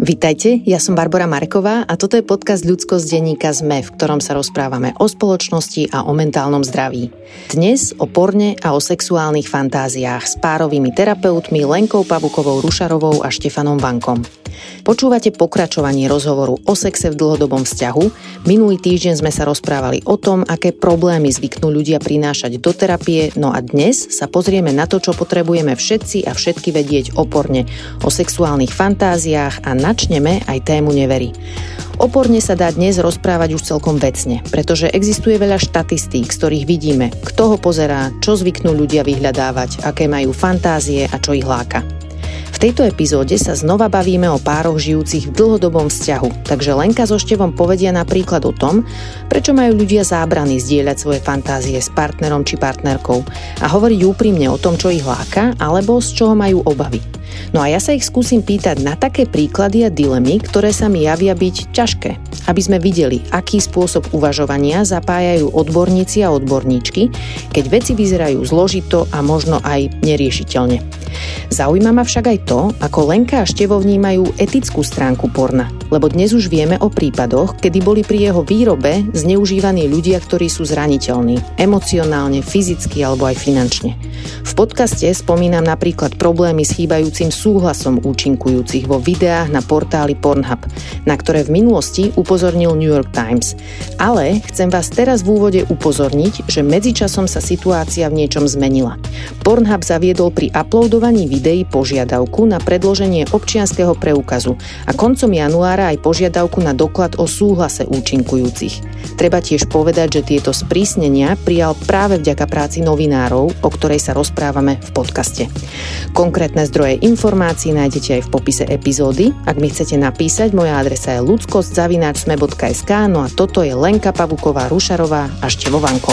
Vitajte, ja som Barbora Marková a toto je podcast Ľudskosť denníka SME, v ktorom sa rozprávame o spoločnosti a o mentálnom zdraví. Dnes o porne a o sexuálnych fantáziách s párovými terapeutmi Lenkou Pavukovou Rušarovou a Štefanom Vankom. Počúvate pokračovanie rozhovoru o sexe v dlhodobom vzťahu. Minulý týždeň sme sa rozprávali o tom, aké problémy zvyknú ľudia prinášať do terapie, no a dnes sa pozrieme na to, čo potrebujeme všetci a všetky vedieť o porne, o sexuálnych fantáziách a načneme aj tému nevery. O porne sa dá dnes rozprávať už celkom vecne, pretože existuje veľa štatistík, z ktorých vidíme, kto ho pozerá, čo zvyknú ľudia vyhľadávať, aké majú fantázie a čo ich láka. V tejto epizóde sa znova bavíme o pároch žijúcich v dlhodobom vzťahu, takže Lenka so Števom povedia napríklad o tom, prečo majú ľudia zábrany zdieľať svoje fantázie s partnerom či partnerkou a hovoriť úprimne o tom, čo ich láka, alebo z čoho majú obavy. No a ja sa ich skúsim pýtať na také príklady a dilemy, ktoré sa mi javia byť ťažké, aby sme videli, aký spôsob uvažovania zapájajú odborníci a odborníčky, keď veci vyzerajú zložito a možno aj neriešiteľne. Zaujíma ma však aj to, ako Lenka a Števo vnímajú etickú stránku porna, lebo dnes už vieme o prípadoch, kedy boli pri jeho výrobe zneužívaní ľudia, ktorí sú zraniteľní, emocionálne, fyzicky alebo aj finančne. V podcaste spomínam napríklad problémy s chýbajúcim súhlasom účinkujúcich vo videách na portáli Pornhub, na ktoré v minulosti upozornil New York Times. Ale chcem vás teraz v úvode upozorniť, že medzičasom sa situácia v niečom zmenila. Pornhub zaviedol pri uploadovaní videí požiadavku na predloženie občianskeho preukazu a koncom januára aj požiadavku na doklad o súhlase účinkujúcich. Treba tiež povedať, že tieto sprísnenia prijal práve vďaka práci novinárov, o ktorej sa rozprávame v podcaste. Konkrétne zdroje informácií nájdete aj v popise epizódy. Ak mi chcete napísať, moja adresa je ludskosť@sme.sk, no a toto je Lenka Pavuková Rušarová a Števo Vanko.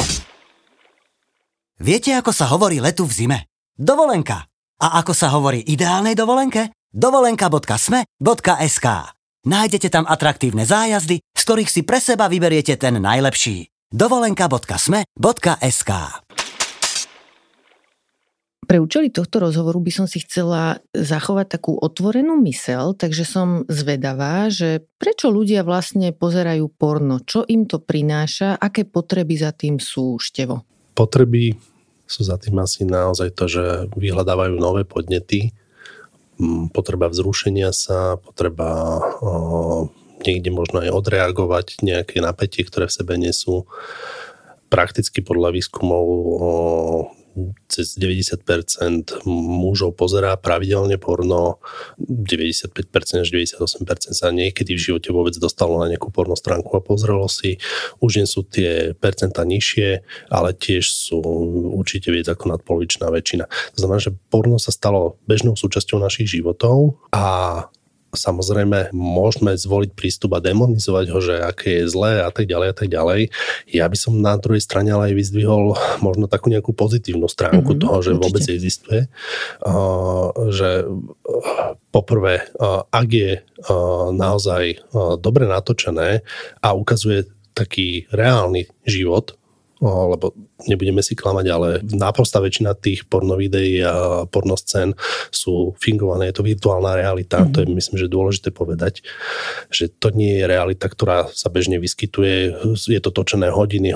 Viete, ako sa hovorí letu v zime? Dovolenka. A ako sa hovorí ideálnej dovolenke? Dovolenka.sme.sk. Nájdete tam atraktívne zájazdy, z ktorých si pre seba vyberiete ten najlepší. Dovolenka.sme.sk. Pre účely tohto rozhovoru by som si chcela zachovať takú otvorenú myseľ, takže som zvedavá, že prečo ľudia vlastne pozerajú porno, čo im to prináša, aké potreby za tým sú, Števo? Potreby sú za tým asi naozaj to, že vyhľadávajú nové podnety, potreba vzrušenia sa, potreba niekde možno aj odreagovať nejaké napätie, ktoré v sebe nesú. Prakticky podľa výskumov cez 90% mužov pozerá pravidelne porno, 95% až 98% sa niekedy v živote vôbec dostalo na nejakú porno stránku a pozrelo si. Už nie sú tie percentá nižšie, ale tiež sú určite viac ako nadpolovičná väčšina. To znamená, že porno sa stalo bežnou súčasťou našich životov a samozrejme, môžeme zvoliť prístup a demonizovať ho, že aké je zlé a tak ďalej a tak ďalej. Ja by som na druhej strane ale aj vyzdvihol možno takú nejakú pozitívnu stránku toho, že určite vôbec existuje. Že poprvé, ak je naozaj dobre natočené a ukazuje taký reálny život, lebo nebudeme si klamať, ale náprostá väčšina tých pornovideí a pornoscén sú fingované, je to virtuálna realita. To je, myslím, že dôležité povedať, že to nie je realita, ktorá sa bežne vyskytuje. Je to točené hodiny,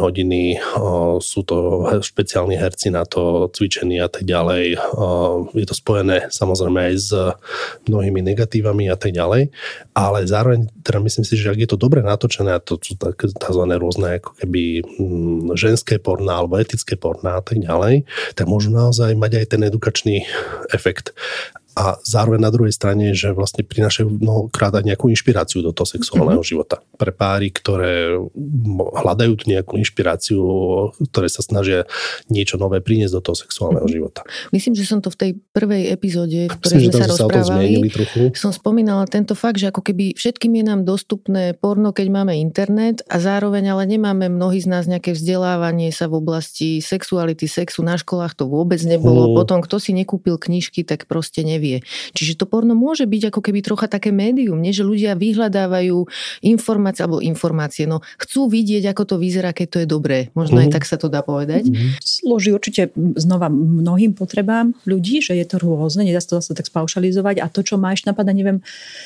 sú to špeciálni herci na to cvičení a tak ďalej. Je to spojené samozrejme aj s mnohými negatívami a tak ďalej, ale zároveň teda myslím si, že ak je to dobre natočené, a to sú tzv. Rôzne ako keby ženské porná alebo etické porná a tak ďalej, tak môžu naozaj mať aj ten edukačný efekt. A zároveň na druhej strane, že vlastne prinášajú mnohokrát aj nejakú inšpiráciu do toho sexuálneho života. Pre páry, ktoré hľadajú tú nejakú inšpiráciu, ktoré sa snažia niečo nové priniesť do toho sexuálneho života. Myslím, že som to v tej prvej epizóde, v ktorej sme sa rozprávali, som spomínala tento fakt, že ako keby všetkým je nám dostupné porno, keď máme internet a zároveň ale nemáme mnohí z nás nejaké vzdelávanie sa v oblasti sexuality, sexu. Na školách to vôbec nebolo. Potom, kto si nekúpil knižky, tak proste nevie. Čiže to porno môže byť ako keby trocha také médium, nie? Že ľudia vyhľadávajú informácie, no chcú vidieť, ako to vyzerá, keď to je dobré. Možno aj tak sa to dá povedať. Slúži určite znova mnohým potrebám ľudí, že je to rôzne, nedá sa to zase tak spaušalizovať a to, čo ma ešte napadá, neviem,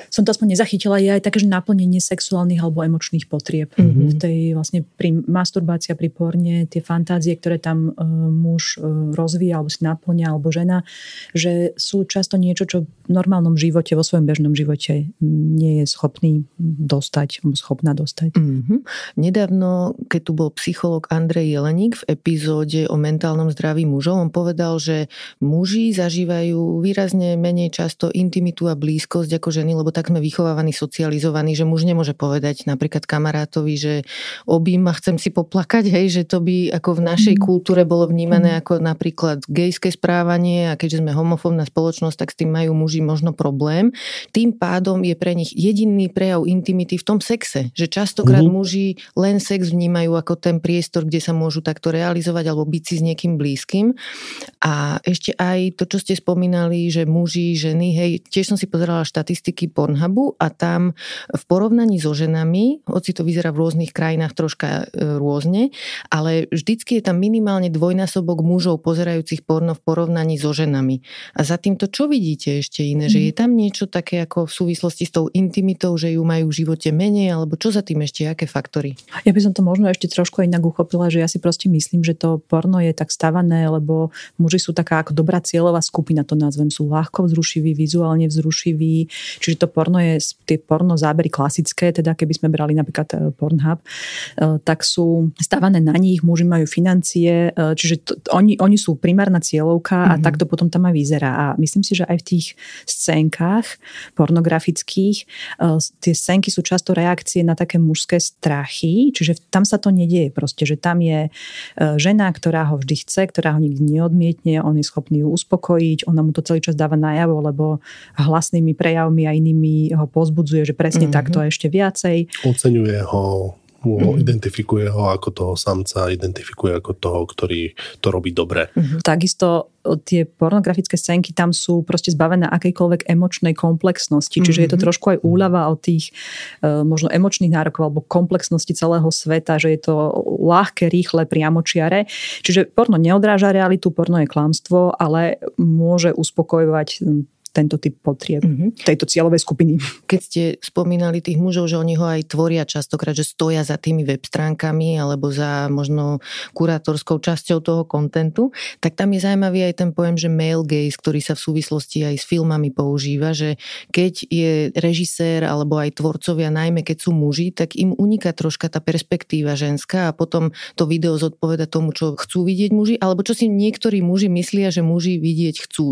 som to aspoň nezachytila, je aj také, že naplnenie sexuálnych alebo emočných potrieb. V tej vlastne pri masturbácii, pri porne, tie fantázie, ktoré tam muž rozvíja alebo si naplňa, alebo žena, že sú často niečo, čo v normálnom živote, vo svojom bežnom živote nie je schopný dostať, alebo schopná dostať. Nedávno, keď tu bol psychológ Andrej Jeleník v epizóde o mentálnom zdraví mužov, on povedal, že muži zažívajú výrazne menej často intimitu a blízkosť ako ženy, lebo tak sme vychovávaní, socializovaní, že muž nemôže povedať napríklad kamarátovi, že obím a chcem si poplakať, hej, že to by ako v našej kultúre bolo vnímané ako napríklad gejské správanie, a keďže sme homofóbna spoločnosť, tak s tým majú muži možno problém. Tým pádom je pre nich jediný prejav intimity v tom sexe, že častokrát muži len sex vnímajú ako ten priestor, kde sa môžu takto realizovať alebo byť si s niekým blízkym. A ešte aj to, čo ste spomínali, že muži, ženy, hej, tiež som si pozerala štatistiky Pornhubu a tam v porovnaní so ženami, hoci to vyzerá v rôznych krajinách troška rôzne, ale vždycky je tam minimálne dvojnásobok mužov pozerajúcich porno v porovnaní so ženami. A za týmto čo vidíte ešte iné? Že je tam niečo také ako v súvislosti s tou intimitou, že ju majú v živote menej, alebo čo za tým ešte, aké faktory? Ja by som to možno ešte trošku inak uchopila, že ja si proste myslím, že to porno je tak stavané, lebo muži sú taká ako dobrá cieľová skupina, to nazvem, sú ľahko vzrušiví, vizuálne vzrušiví, čiže to porno je, tie porno zábery klasické, teda keby sme brali napríklad Pornhub, tak sú stavané na nich, muži majú financie, čiže oni sú primárna cieľovka a takto potom tam aj vyzerá. A myslím si, že aj v tých scénkach pornografických tie scénky sú často reakcie na také mužské strachy, čiže tam sa to nedieje proste, že tam je žena, ktorá ho vždy chce, ktorá ho nikdy neodmietne, on je schopný ju uspokojiť, ona mu to celý čas dáva najavo, lebo hlasnými prejavmi a inými ho povzbudzuje, že presne takto a ešte viacej. Oceňuje ho, identifikuje ho ako toho samca, identifikuje ako toho, ktorý to robí dobre. Takisto tie pornografické scénky tam sú proste zbavené akejkoľvek emočnej komplexnosti, čiže je to trošku aj úľava od tých možno emočných nárokov alebo komplexnosti celého sveta, že je to ľahké, rýchle, priamočiare. Čiže porno neodráža realitu, porno je klamstvo, ale môže uspokojovať tento typ potrieb tejto cieľovej skupiny. Keď ste spomínali tých mužov, že oni ho aj tvoria častokrát, že stoja za tými web stránkami alebo za možno kurátorskou časťou toho kontentu, tak tam je zaujímavý aj ten pojem, že male gaze, ktorý sa v súvislosti aj s filmami používa, že keď je režisér alebo aj tvorcovia, najmä keď sú muži, tak im uniká troška tá perspektíva ženská a potom to video zodpoveda tomu, čo chcú vidieť muži, alebo čo si niektorí muži myslia, že muži vidieť chcú.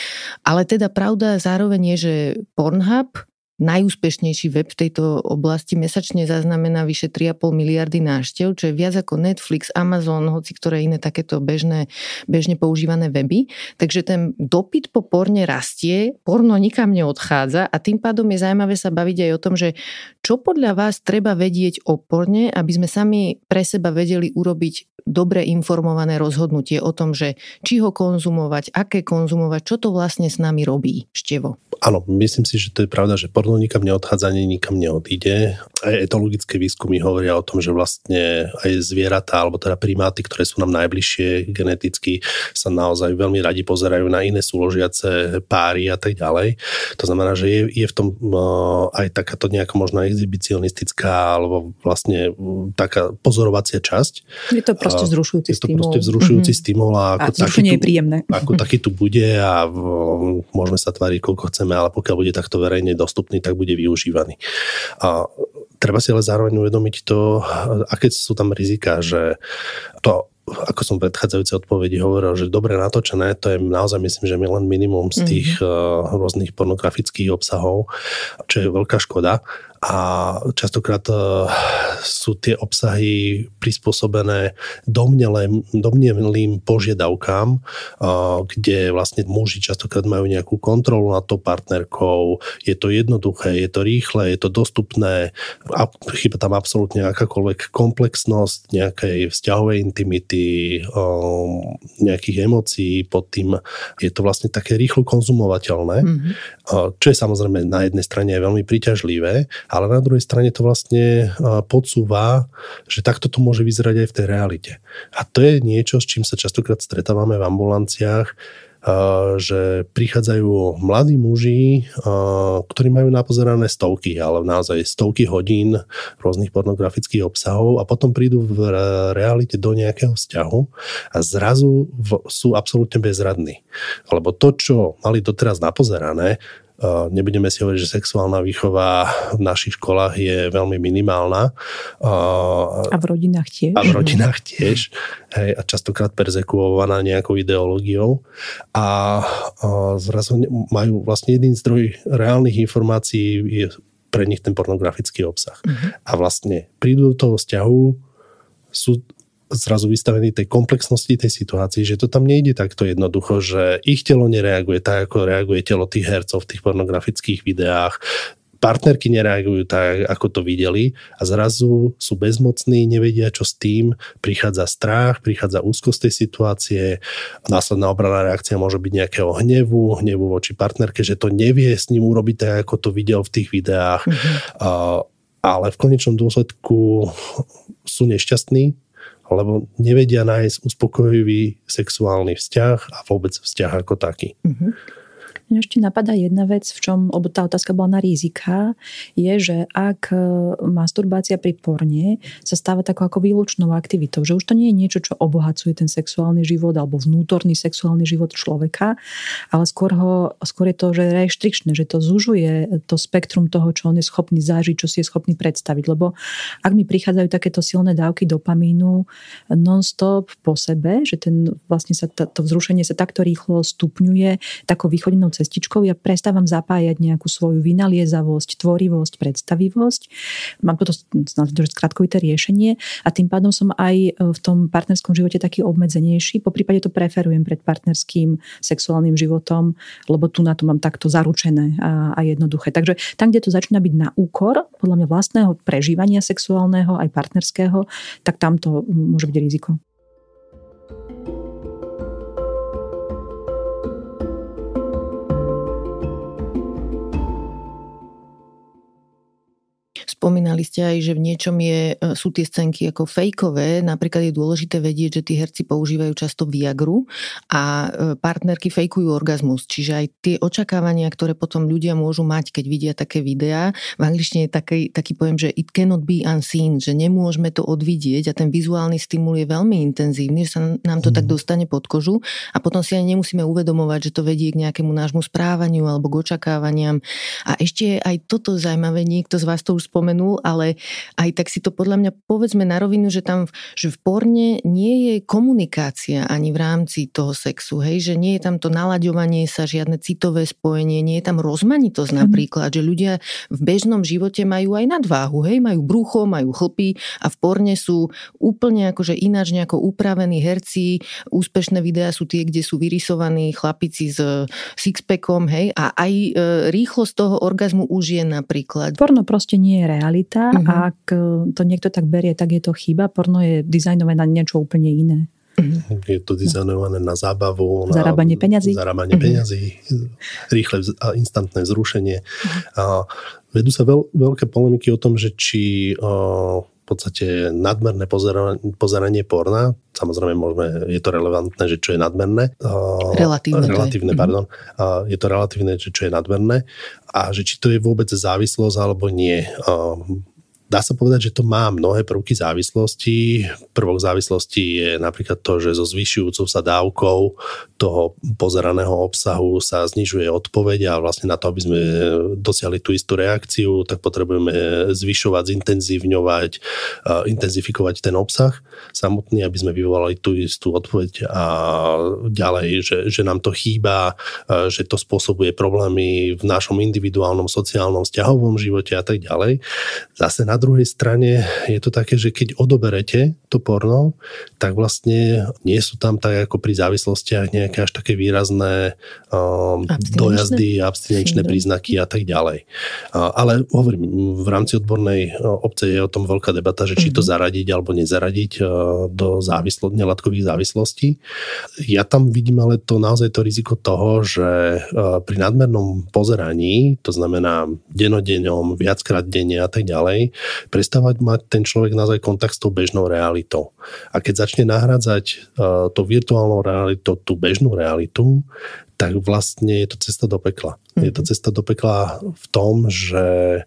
Ale teda pravda zároveň je, že Pornhub, najúspešnejší web v tejto oblasti, mesačne zaznamená vyše 3,5 miliardy návštev, čo je viac ako Netflix, Amazon, hoci ktoré iné takéto bežne používané weby. Takže ten dopyt po porne rastie, porno nikam neodchádza a tým pádom je zaujímavé sa baviť aj o tom, že čo podľa vás treba vedieť o porne, aby sme sami pre seba vedeli urobiť dobre informované rozhodnutie o tom, že či ho konzumovať, aké konzumovať, čo to vlastne s nami robí. Števo. Áno, myslím si, že to je pravda, že porno nikam neodchádza, ani nikam neodíde. Aj etologické výskumy hovoria o tom, že vlastne aj zvieratá, alebo teda primáty, ktoré sú nám najbližšie geneticky, sa naozaj veľmi radi pozerajú na iné súložiace páry a tak ďalej. To znamená, že je v tom aj takáto nejaká možná exhibicionistická alebo vlastne taká pozorovacia časť. Je to proste vzrušujúci stimul. Je to proste vzrušujúci stimul a vzrušenie je príjemné. Ako taký tu bude a môžeme sa tváriť, koľko chceme, ale pokiaľ bude takto verejne dostupný, tak bude využívaný. A treba si ale zároveň uvedomiť to, aké sú tam riziká, že to, ako som v predchádzajúcej odpovedi hovoril, že dobre natočené, to je naozaj, myslím, že len minimum z tých rôznych pornografických obsahov, čo je veľká škoda. A častokrát sú tie obsahy prispôsobené domnelým požiadavkám, kde vlastne muži častokrát majú nejakú kontrolu nad tou partnerkou. Je to jednoduché, je to rýchle, je to dostupné. Chýba tam absolútne akákoľvek komplexnosť nejakej vzťahovej intimity, nejakých emócií pod tým. Je to vlastne také rýchlo konzumovateľné, čo je samozrejme na jednej strane aj veľmi príťažlivé, ale na druhej strane to vlastne podsúva, že takto to môže vyzerať aj v tej realite. A to je niečo, s čím sa častokrát stretávame v ambulanciách, že prichádzajú mladí muži, ktorí majú napozerané stovky, ale naozaj stovky hodín rôznych pornografických obsahov a potom prídu v realite do nejakého vzťahu a zrazu sú absolútne bezradní. Lebo to, čo mali doteraz napozerané, nebudeme si hovoriť, že sexuálna výchova v našich školách je veľmi minimálna. A v rodinách tiež. A v rodinách tiež. Hej, a častokrát perzekuovaná nejakou ideológiou. A zrazu majú vlastne jedný zdroj reálnych informácií, je pre nich ten pornografický obsah. A vlastne prídu do toho vzťahu, sú zrazu vystavení tej komplexnosti tej situácii, že to tam nejde takto jednoducho, že ich telo nereaguje tak, ako reaguje telo tých hercov v tých pornografických videách. Partnerky nereagujú tak, ako to videli a zrazu sú bezmocní, nevedia, čo s tým. Prichádza strach, prichádza úzkosť tej situácie. Následná obranná reakcia môže byť nejakého hnevu voči partnerke, že to nevie s ním urobiť tak, ako to videl v tých videách. Ale v konečnom dôsledku sú nešťastní, lebo nevedia nájsť uspokojivý sexuálny vzťah a vôbec vzťah ako taký. Mňa ešte napadá jedna vec, v čom, lebo tá otázka bola na rizika, je, že ak masturbácia pri porne sa stáva takou ako výlučnou aktivitou, že už to nie je niečo, čo obohacuje ten sexuálny život alebo vnútorný sexuálny život človeka, ale skôr je to, že reštrikčné, že to zužuje to spektrum toho, čo on je schopný zažiť, čo si je schopný predstaviť. Lebo ak mi prichádzajú takéto silné dávky dopamínu non-stop po sebe, že vlastne to vzrušenie sa takto rýchlo stupňuje takou východnou cestičkou, ja prestávam zapájať nejakú svoju vynaliezavosť, tvorivosť, predstavivosť. Mám toto skratkovité riešenie a tým pádom som aj v tom partnerskom živote taký obmedzenejší. Po prípade to preferujem pred partnerským sexuálnym životom, lebo tu na to mám takto zaručené a jednoduché. Takže tam, kde to začína byť na úkor, podľa mňa vlastného prežívania sexuálneho aj partnerského, tak tam to môže byť riziko. Spomínali ste aj, že v niečom sú tie scénky ako fejkové. Napríklad je dôležité vedieť, že tí herci používajú často Viagru a partnerky fejkujú orgazmus. Čiže aj tie očakávania, ktoré potom ľudia môžu mať, keď vidia také videá, v angličtine je taký pojem, že it cannot be unseen, že nemôžeme to odvidieť a ten vizuálny stimul je veľmi intenzívny, že sa nám to tak dostane pod kožu a potom si ani nemusíme uvedomovať, že to vedie k nejakému nášmu správaniu alebo k očakávaniam. A ešte aj toto zaujímavé, niekto z vás to už spomenul, ale aj tak si to podľa mňa povedzme na rovinu, že v porne nie je komunikácia ani v rámci toho sexu, hej, že nie je tam to nalaďovanie sa, žiadne citové spojenie, nie je tam rozmanitosť napríklad, že ľudia v bežnom živote majú aj nadváhu, hej, majú brucho, majú chlpy a v porne sú úplne akože ináč nejako upravení herci, úspešné videá sú tie, kde sú vyrysovaní chlapici s sixpackom, hej, a aj rýchlosť toho orgazmu už je napríklad. Porno proste nie je realita a ak to niekto tak berie, tak je to chyba. Porno je dizajnované na niečo úplne iné. Je to dizajnované na zábavu, na zarábanie peňazí, rýchle a instantné vzrušenie. Vedú sa veľké polemiky o tom, že či v podstate nadmerné pozeranie porna, samozrejme je to relevantné, že čo je nadmerné. Relatívne, pardon. Je to relatívne, že čo je nadmerné a že či to je vôbec závislosť alebo nie. Dá sa povedať, že to má mnohé prvky závislosti. Prvok závislosti je napríklad to, že so zvyšujúcou sa dávkou toho pozeraného obsahu sa znižuje odpoveď a vlastne na to, aby sme dosiahli tú istú reakciu, tak potrebujeme zvyšovať, intenzifikovať ten obsah samotný, aby sme vyvolali tú istú odpoveď a ďalej, že nám to chýba, že to spôsobuje problémy v našom individuálnom, sociálnom, vzťahovom živote a tak ďalej. Zase na druhej strane je to také, že keď odoberete to porno, tak vlastne nie sú tam tak ako pri závislostiach nejaké až také výrazné dojazdy, abstinenčné príznaky a tak ďalej. Ale hovorím, v rámci odbornej obce je o tom veľká debata, že či to zaradiť alebo nezaradiť do nelatkových závislostí. Ja tam vidím ale naozaj to riziko toho, že pri nadmernom pozeraní, to znamená denodennom, viackrát denne a tak ďalej, prestávať mať ten človek naozaj kontakt s tou bežnou realitou. A keď začne nahrádzať tou virtuálnou realitou tú bežnú realitu, tak vlastne je to cesta do pekla. Je to cesta do pekla v tom, že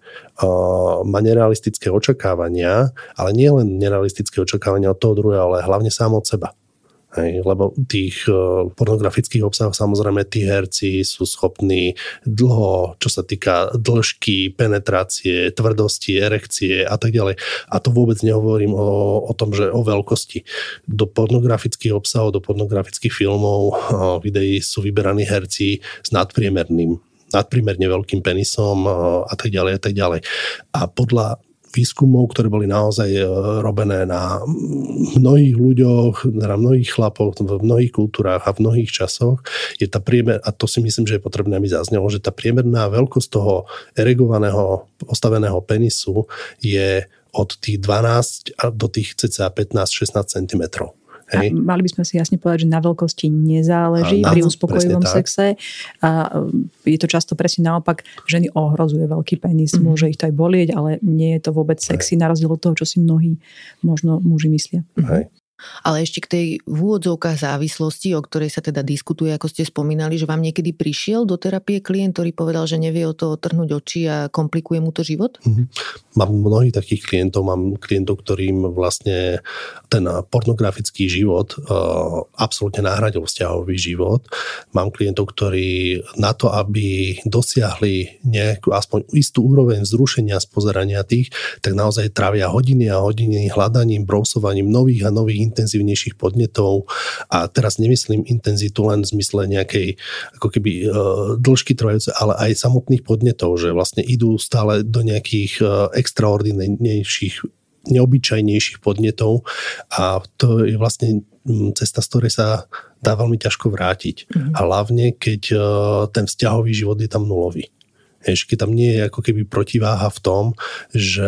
má nerealistické očakávania, ale nie len nerealistické očakávania od toho druhého, ale hlavne sám od seba. Hej, lebo tých pornografických obsahov samozrejme tí herci sú schopní dlho, čo sa týka dĺžky, penetrácie, tvrdosti, erekcie a tak ďalej. A to vôbec nehovorím o tom, že o veľkosti. Do pornografických obsahov, do pornografických filmov, videí sú vyberaní herci s nadpriemerne veľkým penisom a tak ďalej a tak ďalej. A podľa výskumov, ktoré boli naozaj robené na mnohých ľuďoch, na mnohých chlapoch, v mnohých kultúrách a v mnohých časoch, je tá a to si myslím, že je potrebné, aby zaznelo, že tá priemerná veľkosť toho erigovaného, postaveného penisu je od tých 12 do tých cca 15-16 cm. Hej. A mali by sme si jasne povedať, že na veľkosti nezáleží pri uspokojivom sexe. A je to často presne naopak, ženy ohrozuje veľký penis, môže ich to aj bolieť, ale nie je to vôbec sexy, na rozdiel od toho, čo si mnohí možno muži myslia. Hej. Ale ešte k tej v úvodzovkách závislosti, o ktorej sa teda diskutuje, ako ste spomínali, že vám niekedy prišiel do terapie klient, ktorý povedal, že nevie o to otrhnúť oči a komplikuje mu to život? Mám mnohých takých klientov, mám klientov, ktorým vlastne ten pornografický život absolútne nahradil vzťahový život. Mám klientov, ktorí na to, aby dosiahli nejakú aspoň istú úroveň vzrušenia z pozerania tých, tak naozaj trávia hodiny a hodiny hľadaním, brousovaním nových a nových intenzívnejších podnetov. A teraz nemyslím intenzitu len v zmysle nejakej ako keby dĺžky trvajúce, ale aj samotných podnetov, že vlastne idú stále do nejakých extraordinejších, neobyčajnejších podnetov a to je vlastne cesta, z ktorej sa dá veľmi ťažko vrátiť. A hlavne, keď ten vzťahový život je tam nulový. Keď tam nie je ako keby protiváha v tom, že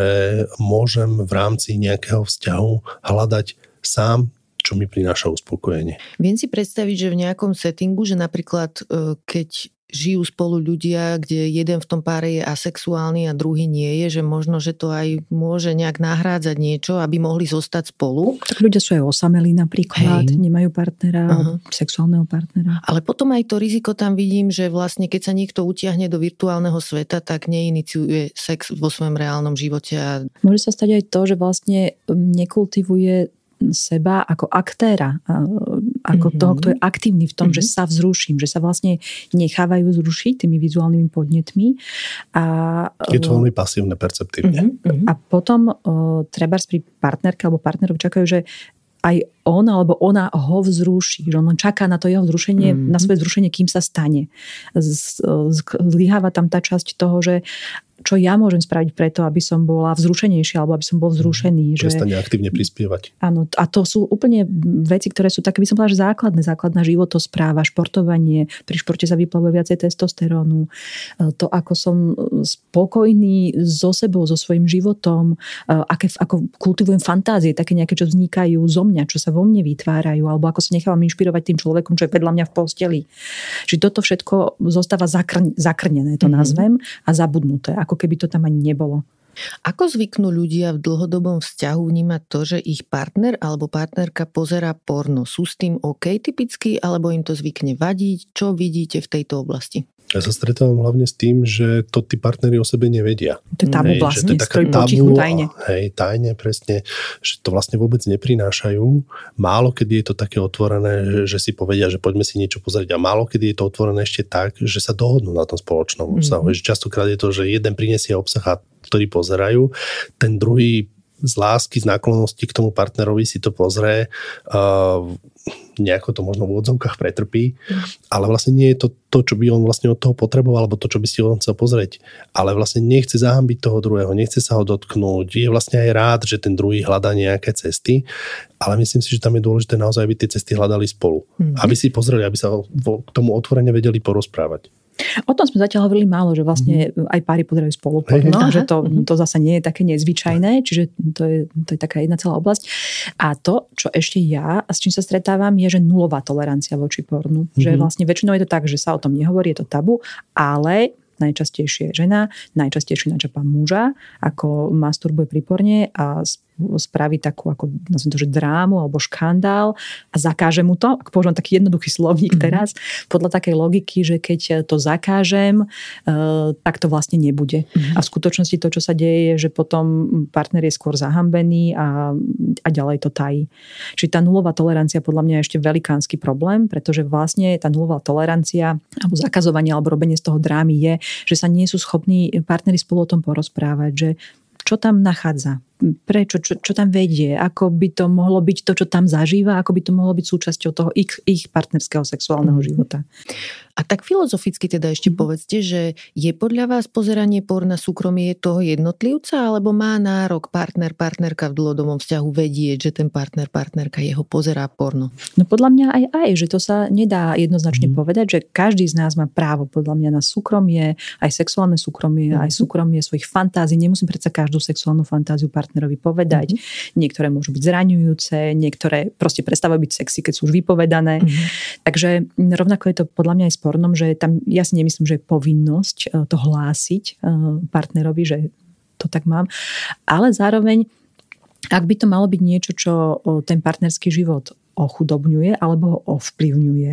môžem v rámci nejakého vzťahu hľadať sám, čo mi prináša uspokojenie. Viem si predstaviť, že v nejakom settingu, že napríklad keď žijú spolu ľudia, kde jeden v tom páre je asexuálny a druhý nie je, že možno, že to aj môže nejak nahrádzať niečo, aby mohli zostať spolu. Tak ľudia sú aj osamelí napríklad, nemajú partnera, sexuálneho partnera. Ale potom aj to riziko tam vidím, že vlastne keď sa niekto utiahne do virtuálneho sveta, tak neiniciuje sex vo svojom reálnom živote. Môže sa stať aj to, že vlastne nekultivuje seba ako aktéra, ako toho, kto je aktívny v tom, že sa vzruším, že sa vlastne nechávajú zrušiť tými vizuálnymi podnetmi. A je to veľmi pasívne, perceptívne. A potom trebárs pri partnerke alebo partnerov čakajú, že aj on alebo ona ho vzruší, že on čaká na to jeho vzrušenie, na svoje vzrušenie, kým sa stane. Zlyháva tam tá časť toho, že čo ja môžem spraviť preto, aby som bola vzrušenejšia alebo aby som bol vzrušený. Prestane aktívne prispievať. Áno, a to sú úplne veci, ktoré sú také, by som povedala, že základná životospráva, športovanie, pri športe sa vyplavuje viacej testosterónu, to, ako som spokojný so sebou, so svojím životom, ako kultivujem fantázie, také nejaké, čo vznikajú zo mňa, čo sa vo mne vytvárajú, alebo ako sa nechávam inšpirovať tým človekom, čo je vedľa mňa v posteli. Čiže toto všetko zostáva zakrnené, to nazvem, a zabudnuté, ako keby to tam ani nebolo. Ako zvyknú ľudia v dlhodobom vzťahu vnímať to, že ich partner alebo partnerka pozerá porno? Sú s tým OK typicky, alebo im to zvykne vadiť? Čo vidíte v tejto oblasti? Ja sa stretávam hlavne s tým, že to tí partneri o sebe nevedia. To je tabu vlastne, stojí potichu tajne. Tajne, presne, že to vlastne vôbec neprinášajú. Málo kedy je to také otvorené, že si povedia, že poďme si niečo pozrieť, a málo kedy je to otvorené ešte tak, že sa dohodnú na tom spoločnom obsahu. Častokrát je to, že jeden prinesie obsah, ktorý pozerajú, ten druhý z lásky, z náklonnosti k tomu partnerovi si to pozrie, nejako to možno v odzovkách pretrpí, ale vlastne nie je to, čo by on vlastne od toho potreboval, alebo to, čo by si on chcel pozrieť. Ale vlastne nechce zahambiť toho druhého, nechce sa ho dotknúť, je vlastne aj rád, že ten druhý hľadá nejaké cesty, ale myslím si, že tam je dôležité naozaj, aby tie cesty hľadali spolu. Aby si pozreli, aby sa k tomu otvorene vedeli porozprávať. O tom sme zatiaľ hovorili málo, že vlastne aj páry pozerajú spolu porno, že to zasa nie je také nezvyčajné, čiže to je taká jedna celá oblasť. A to, čo ešte ja, a s čím sa stretávam, je, že nulová tolerancia voči pornu. Že vlastne väčšinou je to tak, že sa o tom nehovorí, je to tabu, ale najčastejšie žena, najčastejšie načapá muža, ako masturbuje pri porne a spraví takú, ako nazviem to, že drámu alebo škandál a zakáže mu to, ak používam taký jednoduchý slovník teraz, podľa takej logiky, že keď to zakážem, tak to vlastne nebude. A v skutočnosti to, čo sa deje, je, že potom partner je skôr zahambený a ďalej to tají. Čiže tá nulová tolerancia podľa mňa je ešte velikánsky problém, pretože vlastne tá nulová tolerancia alebo zakazovanie alebo robenie z toho drámy je, že sa nie sú schopní partneri spolu o tom porozprávať, že čo tam nachádza, prečo, čo tam vedie, ako by to mohlo byť to, čo tam zažíva, ako by to mohlo byť súčasťou toho ich partnerského sexuálneho života. A tak filozoficky teda ešte povedzte, že je podľa vás pozeranie porna súkromie toho jednotlivca, alebo má nárok partnerka v dlhodobom vzťahu vedieť, že ten partnerka jeho pozerá porno? No podľa mňa aj, že to sa nedá jednoznačne povedať, že každý z nás má právo podľa mňa na súkromie, aj sexuálne súkromie, aj súkromie svojich fantázií. Nemusím predsa každú sexuálnu fantáziu partnerovi povedať. Niektoré môžu byť zraňujúce, niektoré proste prestávajú byť sexy, keď sú už vypovedané. Takže rovnako je to podľa mňa aj s pornom, že tam ja si nemyslím, že je povinnosť to hlásiť partnerovi, že to tak mám. Ale zároveň, ak by to malo byť niečo, čo ten partnerský život ochudobňuje alebo ho ovplyvňuje,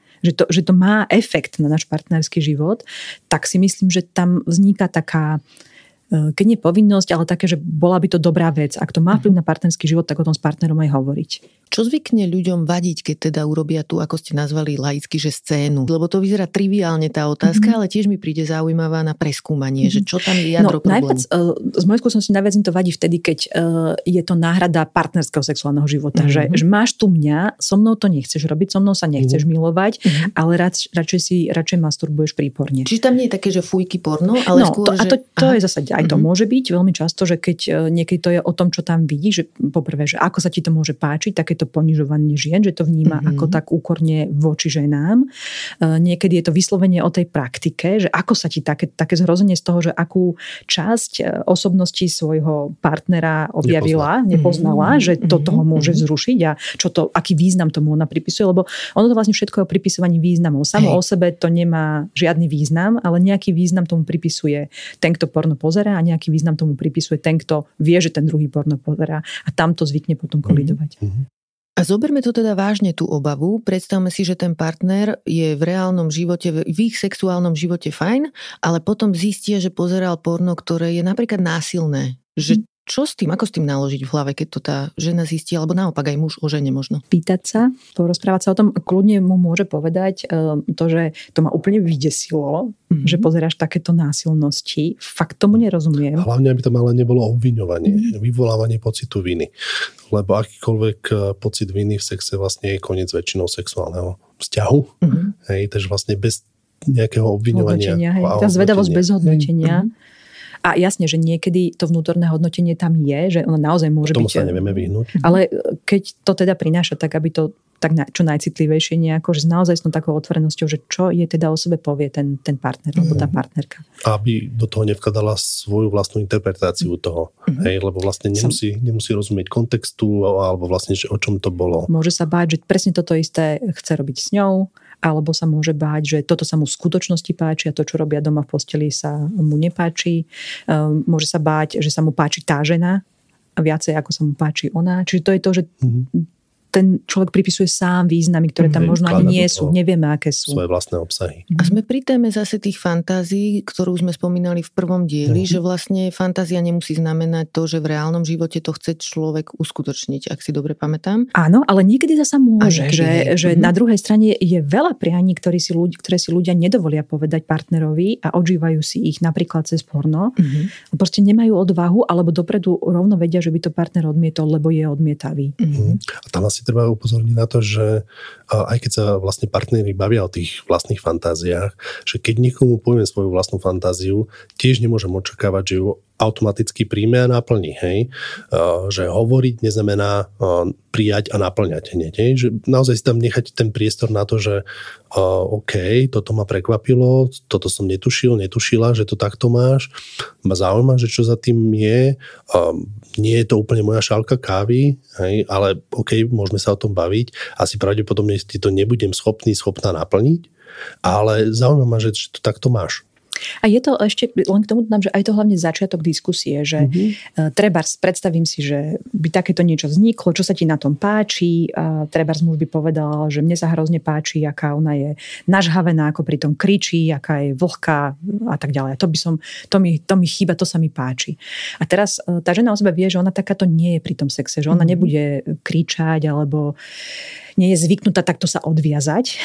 že to má efekt na náš partnerský život, tak si myslím, že tam vzniká taká, keď nie povinnosť, ale také, že bola by to dobrá vec. Ak to má vplyv na partnerský život, tak o tom s partnerom aj hovoriť. Čo zvykne ľuďom vadiť, keď teda urobia tú, ako ste nazvali laicky, že scénu? Lebo to vyzerá triviálne tá otázka, ale tiež mi príde zaujímavá na preskúmanie, že čo tam je jadro problému. Z mojej skúsenosti najviac im to vadí vtedy, keď je to náhrada partnerského sexuálneho života. Že máš tu mňa, so mnou to nechceš robiť, so mnou sa nechceš milovať, ale radšej masturbuješ pri porne. Čiže tam nie je také, že fujky porno, ale skôr, to je zase aj to môže byť veľmi často, že keď niekedy to je o tom, čo tam vidíš, že poprvé, že ako sa ti to môže páčiť, takéto ponižovanie žien, že to vníma ako tak úkorne voči ženám. Niekedy je to vyslovenie o tej praktike, že ako sa ti také zhrozenie z toho, že akú časť osobnosti svojho partnera objavila, nepoznala, že to toho môže zrušiť a aký význam tomu ona pripisuje, lebo ono to vlastne všetko je o pripisovaní významov. Samo o sebe to nemá žiadny význam, ale nejaký význam tomu pripisuje ten, kto porno pozerá, a nejaký význam tomu pripisuje ten, kto vie, že ten druhý porno pozerá, a tam to zvykne potom kolidovať. A zoberme to teda vážne, tú obavu. Predstavme si, že ten partner je v reálnom živote, v ich sexuálnom živote fajn, ale potom zistia, že pozeral porno, ktoré je napríklad násilné. Že čo s tým, ako s tým naložiť v hlave, keď to tá žena zistí, alebo naopak aj muž o žene možno? Pýtať sa, porozprávať sa o tom, kľudne mu môže povedať to, že to ma úplne vydesilo, že pozeráš takéto násilnosti. Fakt tomu nerozumiem. Hlavne, aby tam ale nebolo obviňovanie, vyvolávanie pocitu viny. Lebo akýkoľvek pocit viny v sexe vlastne je koniec väčšinou sexuálneho vzťahu. Hej, takže vlastne bez nejakého obviňovania. Tá zvedavosť bez hodnotenia. A jasne, že niekedy to vnútorné hodnotenie tam je, že ono naozaj môže tomu byť... Tomu sa nevieme vyhnúť. Ale keď to teda prináša tak, aby to tak čo najcitlivejšie nejako, že s naozaj s takou otvorenosťou, že čo je teda o sebe povie ten partner alebo tá partnerka. Aby do toho nevkladala svoju vlastnú interpretáciu toho. Hej, lebo vlastne nemusí rozumieť kontextu alebo vlastne, že o čom to bolo. Môže sa báť, že presne toto isté chce robiť s ňou, alebo sa môže báť, že toto sa mu v skutočnosti páči a to, čo robia doma v posteli, sa mu nepáči. Môže sa báť, že sa mu páči tá žena viacej, ako sa mu páči ona. Čiže to je to, že ten človek pripisuje sám významy, ktoré tam možno ani nie sú. Nevieme, aké sú. Svoje vlastné obsahy. A sme pri téme zase tých fantázií, ktorú sme spomínali v prvom dieli, že vlastne fantázia nemusí znamenať to, že v reálnom živote to chce človek uskutočniť, ak si dobre pamätám. Áno, ale niekedy zasa môže, že na druhej strane je veľa prianí, ktoré si ľudia nedovolia povedať partnerovi a odžívajú si ich napríklad cez porno. Proste nemajú odvahu, alebo dopredu rovno vedia, že by to partner odmietol, lebo je odmietavý. A tam asi treba upozorniť na to, že aj keď sa vlastne partneri bavia o tých vlastných fantáziách, že keď niekomu poviem svoju vlastnú fantáziu, tiež nemôžem očakávať, že ju automaticky príjme a naplní. Hej? Že hovoriť neznamená prijať a naplňať hneď. Hej? Že naozaj si tam nechať ten priestor na to, že OK, toto ma prekvapilo, toto som netušila, že to takto máš. Ma zaujíma, že čo za tým je. Nie je to úplne moja šálka kávy, hej? Ale OK, môžeme sa o tom baviť. Asi pravdepodobne si to nebudem schopná naplniť, ale zaujíma ma, že to takto máš. A je to ešte, len k tomu dám, že aj to hlavne začiatok diskusie, že trebárs, predstavím si, že by takéto niečo vzniklo, čo sa ti na tom páči, trebárs muž by povedal, že mne sa hrozne páči, aká ona je nažhavená, ako pritom kričí, aká je vlhká a tak ďalej. To mi chýba, to sa mi páči. A teraz tá žena o sebe vie, že ona takáto nie je pri tom sexe, že ona nebude kričať alebo nie je zvyknutá takto sa odviazať.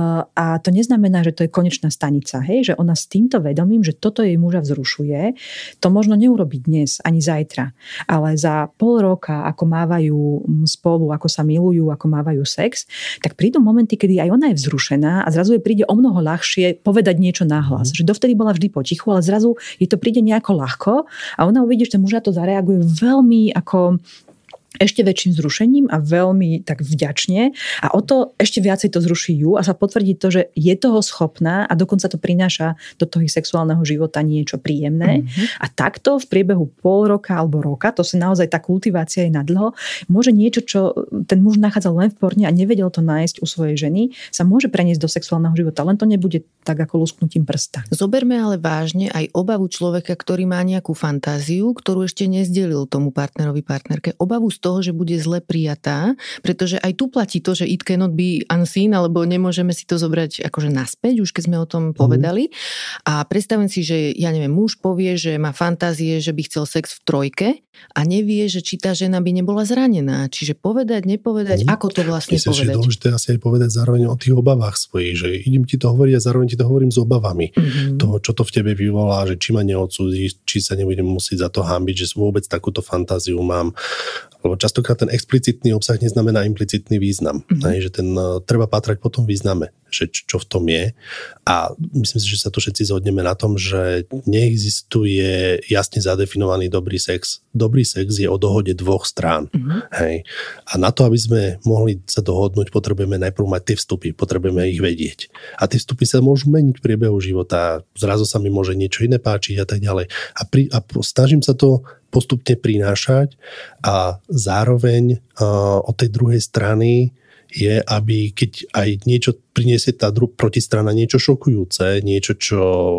A to neznamená, že to je konečná stanica. Hej? Že ona s týmto vedomím, že toto jej muža vzrušuje, to možno neurobi dnes, ani zajtra. Ale za pol roka, ako mávajú spolu, ako sa milujú, ako mávajú sex, tak prídu momenty, kedy aj ona je vzrušená a zrazu jej príde o mnoho ľahšie povedať niečo nahlas. Že dovtedy bola vždy potichu, ale zrazu jej to príde nejako ľahko a ona uvidí, že ten muž na to zareaguje veľmi ako ešte väčším zrušením a veľmi tak vďačne a o to ešte viacej to zruší ju a sa potvrdí to, že je toho schopná a dokonca to prináša do toho ich sexuálneho života niečo príjemné. A takto v priebehu pol roka alebo roka, to sa naozaj tá kultivácia je nadlho, môže niečo, čo ten muž nachádzal len v porne a nevedel to nájsť u svojej ženy, sa môže preniesť do sexuálneho života, len to nebude tak ako lusknutím prsta. Zoberme ale vážne aj obavu človeka, ktorý má nejakú fantáziu, ktorú ešte nezdelil tomu partnerovi, partnerke, obavu z toho, že bude zle prijatá, pretože aj tu platí to, že it cannot be unseen, alebo nemôžeme si to zobrať akože naspäť, už keď sme o tom povedali. A predstavím si, že ja neviem, muž povie, že má fantázie, že by chcel sex v trojke a nevie, že či tá žena by nebola zranená. Čiže povedať, nepovedať, ako to vlastne povedať. Myslím, že je dôležité asi aj povedať zároveň o tých obavách svojich, že idem ti to hovoriť a zároveň ti to hovorím s obavami. Toho, čo to v tebe vyvolá, že či ma neodsúdiš, či sa nebudem musieť za to hanbiť, že vôbec takúto fantáziu mám. Lebo častokrát ten explicitný obsah neznamená implicitný význam. Že ten treba pátrať po tom význame, že čo v tom je. A myslím si, že sa tu všetci zhodneme na tom, že neexistuje jasne zadefinovaný dobrý sex. Dobrý sex je o dohode dvoch strán. Hej. A na to, aby sme mohli sa dohodnúť, potrebujeme najprv mať tie vstupy, potrebujeme ich vedieť. A tie vstupy sa môžu meniť v priebehu života. Zrazu sa mi môže niečo iné páčiť a tak ďalej. A snažím sa to postupne prinášať a zároveň od tej druhej strany je, aby keď aj niečo priniesie tá protistrana, niečo šokujúce, niečo, čo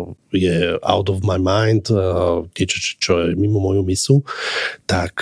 je out of my mind, niečo, čo je mimo moju mysu, tak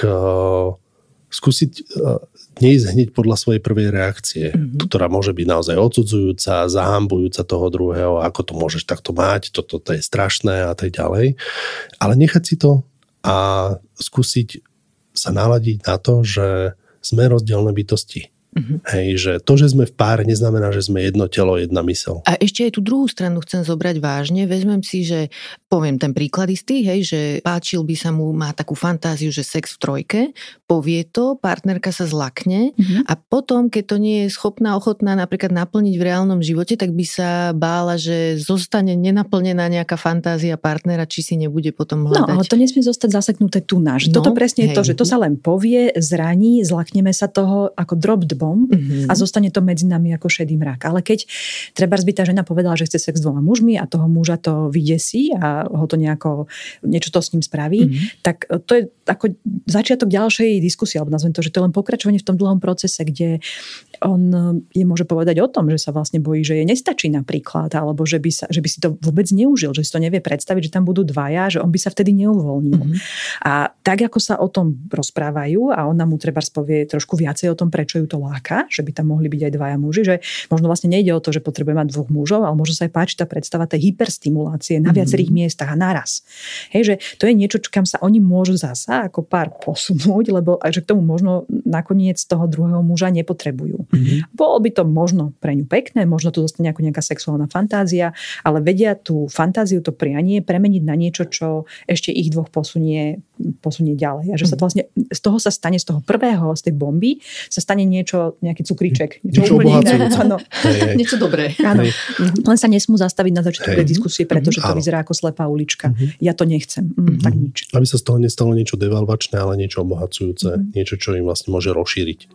skúsiť neísť hneď podľa svojej prvej reakcie, ktorá môže byť naozaj odsudzujúca, zahambujúca toho druhého, ako to môžeš takto mať, toto je strašné a tak ďalej. Ale nechať si to a skúsiť sa naladiť na to, že sme rozdielne bytosti. Hej, že to, že sme v páre, neznamená, že sme jedno telo, jedna myseľ. A ešte aj tú druhú stranu chcem zobrať vážne. Vezmem si, že poviem ten príklad istý, hej, že páčil by sa mu, má takú fantáziu, že sex v trojke, povie to, partnerka sa zlakne a potom, keď to nie je schopná, ochotná napríklad naplniť v reálnom živote, tak by sa bála, že zostane nenaplnená nejaká fantázia partnera, či si nebude potom hľadať. No, ale to nesmie zostať zaseknuté tu náš. Toto presne je to, že to sa len povie, zraní, zlakneme sa toho ako drop the bomb a zostane to medzi nami ako šedý mrak. Ale keď trebárs by tá žena povedala, že chce sex s dvoma mužmi a toho muža to vydesí a ho to niečo to s ním spraví, tak to je ako začiatok ďalšej diskusie, alebo nazvem to, že to je len pokračovanie v tom dlhom procese, kde on je môže povedať o tom, že sa vlastne bojí, že jej nestačí napríklad, alebo že by si to vôbec neužil, že si to nevie predstaviť, že tam budú dvaja, že on by sa vtedy neuvoľnil. A tak, ako sa o tom rozprávajú a ona mu trebárs povie trošku viacej o tom, prečo ju to láka, že by tam mohli byť aj dvaja muži, že možno vlastne nejde o to, že potrebuje mať dvoch mužov, ale možno sa aj páči tá predstava tej hyperstimulácie na viacerých miestach a naraz. Hej, že to je niečo, kam sa oni môžu zasa ako pár posunúť, lebo že k tomu možno nakoniec toho druhého muža nepotrebujú. Bolo by to možno pre ňu pekné, možno to zostane ako nejaká sexuálna fantázia, ale vedia tú fantáziu, to prianie premeniť na niečo, čo ešte ich dvoch posunie ďalej. A že sa vlastne z toho sa stane, z toho prvého, z tej bomby, sa stane nejaký cukríček. Niečo obohacujúce. Niečo dobré. Áno. Len sa nesmú zastaviť na začiatku tej diskusie, pretože to vyzerá ako slepá ulička. Ja to nechcem. Tak nič. Aby sa z toho nestalo niečo devalvačné, ale niečo obohacujúce. Niečo, čo im vlastne môže rozšíriť.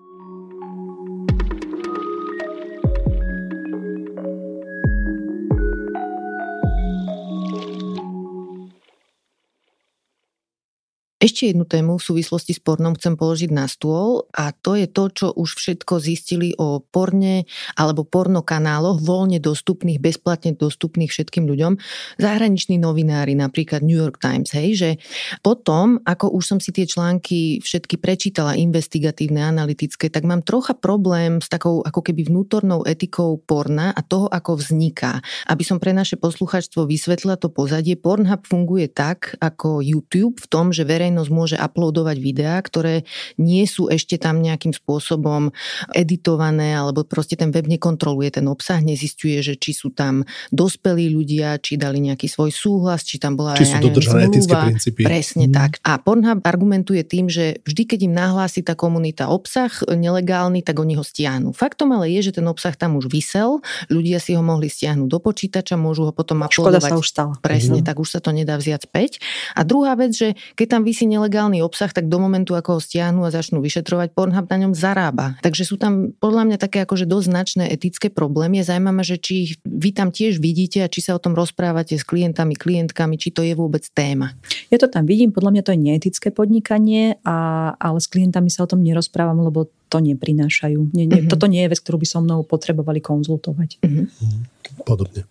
Ešte jednu tému v súvislosti s pornom chcem položiť na stôl a to je to, čo už všetko zistili o porne alebo pornokanáloch voľne dostupných, bezplatne dostupných všetkým ľuďom. Zahraniční novinári, napríklad New York Times, hej, že potom, ako už som si tie články všetky prečítala, investigatívne, analytické, tak mám trocha problém s takou ako keby vnútornou etikou porna a toho, ako vzniká. Aby som pre naše poslucháčstvo vysvetlila to pozadie, Pornhub funguje tak, ako YouTube v tom, že verejnosť môže uploadovať videá, ktoré nie sú ešte tam nejakým spôsobom editované, alebo proste ten web nekontroluje ten obsah, nezisťuje, že či sú tam dospelí ľudia, či dali nejaký svoj súhlas, či tam bola či sú dodržané etické princípy. Presne tak. A Pornhub argumentuje tým, že vždy, keď im nahlási tá komunita obsah nelegálny, tak oni ho stiahnu. Faktom ale je, že ten obsah tam už visel, ľudia si ho mohli stiahnuť do počítača, môžu ho potom uploadovať. Škoda sa už stala. Presne, tak už sa to nedá vziať späť. A druhá vec, že keď tam visí nelegálny obsah, tak do momentu, ako ho stiahnu a začnú vyšetrovať, Pornhub na ňom zarába. Takže sú tam podľa mňa také akože dosť značné etické problémy. Je zaujímavé, že či ich vy tam tiež vidíte a či sa o tom rozprávate s klientami, klientkami, či to je vôbec téma. Ja to tam vidím, podľa mňa to je neetické podnikanie, ale s klientami sa o tom nerozprávam, lebo to neprinášajú. Toto nie je vec, ktorú by so mnou potrebovali konzultovať. Podobne.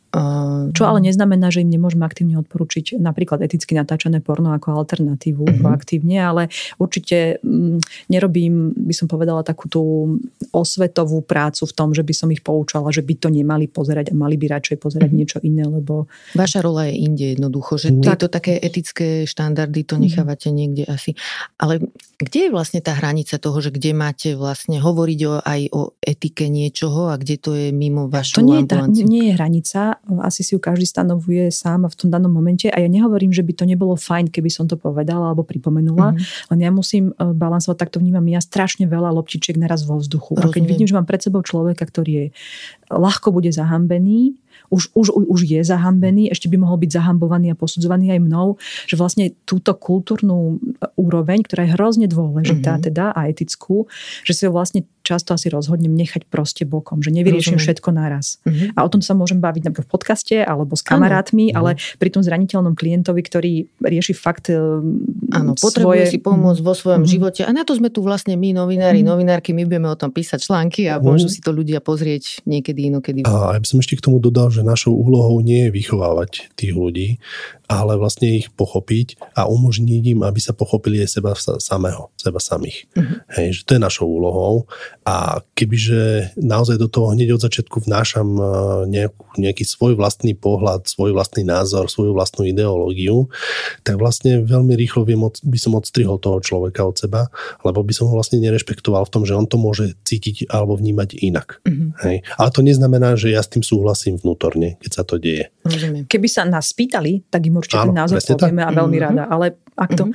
Čo ale neznamená, že im nemôžeme aktívne odporučiť napríklad eticky natáčané porno ako alternatívu proaktívne, ale určite nerobím, by som povedala, takú tú osvetovú prácu v tom, že by som ich poučala, že by to nemali pozerať a mali by radšej pozerať niečo iné, lebo... Vaša rola je inde jednoducho, že tieto také etické štandardy to nechávate niekde asi. Ale kde je vlastne tá hranica toho, že kde máte vlastne hovoriť aj o etike niečoho a kde to je mimo vašu ambulanciu? To nie je hranica. Asi si ju každý stanovuje sám v tom danom momente a ja nehovorím, že by to nebolo fajn, keby som to povedala alebo pripomenula, len ja musím balansovať, tak to vnímam ja, strašne veľa loptičiek naraz vo vzduchu. A keď vidím, že mám pred sebou človeka, ktorý je ľahko bude zahambený, už je zahambený, ešte by mohol byť zahambovaný a posudzovaný aj mnou, že vlastne túto kultúrnu úroveň, ktorá je hrozne dôležitá teda a etickú, že si ho vlastne často asi rozhodnem nechať proste bokom, že nevyrieším všetko naraz. A o tom sa môžem baviť napríklad v podcaste alebo s kamarátmi, ale pri tom zraniteľnom klientovi, ktorý rieši fakt potrebuje si pomôcť vo svojom živote a na to sme tu vlastne my novinári, novinárky, my budeme o tom písať články a môžu si to ľudia pozrieť niekedy inokedy. A ja by som ešte k tomu dodal, že našou úlohou nie je vychovávať tých ľudí, ale vlastne ich pochopiť a umožniť im, aby sa pochopili aj seba samých. Hej, že to je našou úlohou a kebyže naozaj do toho hneď od začiatku vnášam nejaký svoj vlastný pohľad, svoj vlastný názor, svoju vlastnú ideológiu, tak vlastne veľmi rýchlo by som odstrihol toho človeka od seba, lebo by som ho vlastne nerešpektoval v tom, že on to môže cítiť alebo vnímať inak. Hej. Ale to neznamená, že ja s tým súhlasím vnútorne, keď sa to deje. Rozumiem. Keby sa nás spýtali, tak im určite ten názor povieme a veľmi rada. Ale ak to...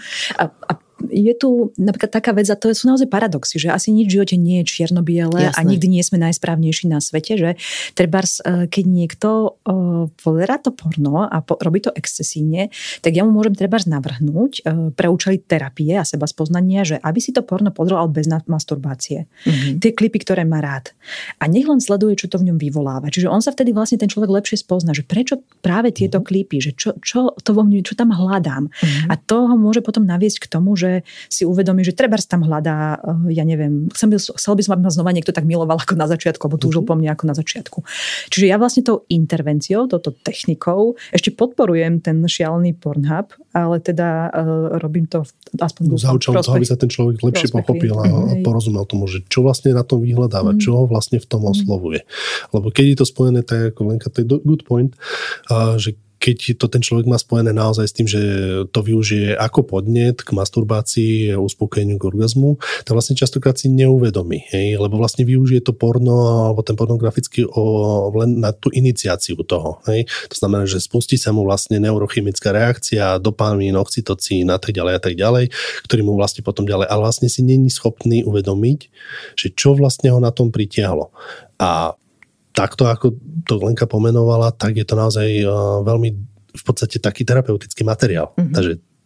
Je tu napríklad taká vec, a to sú naozaj paradoxy, že asi nič v živote nie je čierno-biele a nikdy nie sme najsprávnejší na svete, že trebárs, keď niekto pozerá to porno a robí to excesívne, tak ja mu môžem trebárs navrhnúť pre účely terapie a seba spoznania, že aby si to porno pozrel bez masturbácie. Tie klipy, ktoré má rád. A nech len sleduje, čo to v ňom vyvoláva. Čiže on sa vtedy vlastne ten človek lepšie spozná, že prečo práve tieto klipy, že čo to vo mne, čo tam hľadám. A to ho môže potom naviesť k tomu, že si uvedomí, že trebárs tam hľadá, ja neviem, chcel by som, aby ma znova niekto tak miloval ako na začiatku, alebo túžil po mne ako na začiatku. Čiže ja vlastne tou intervenciou, touto technikou ešte podporujem ten šialený Pornhub, ale teda robím to aspoň za účelom toho, aby sa ten človek lepšie pochopil a porozumel tomu, že čo vlastne na tom vyhľadáva, čo ho vlastne v tom oslovuje. Lebo keď je to spojené, tak ako Lenka, to je good point, že keď to ten človek má spojené naozaj s tým, že to využije ako podnet k masturbácii, uspokojeniu k orgazmu, tak vlastne častokrát si neuvedomí, hej? Lebo vlastne využije to porno alebo ten pornografický len na tú iniciáciu toho. Hej? To znamená, že spustí sa mu vlastne neurochemická reakcia, dopamín, oxytocín a tak ďalej, ktorý mu vlastne potom ďalej, ale vlastne si není schopný uvedomiť, že čo vlastne ho na tom pritiahlo. A takto, ako to Lenka pomenovala, tak je to naozaj veľmi v podstate taký terapeutický materiál. Takže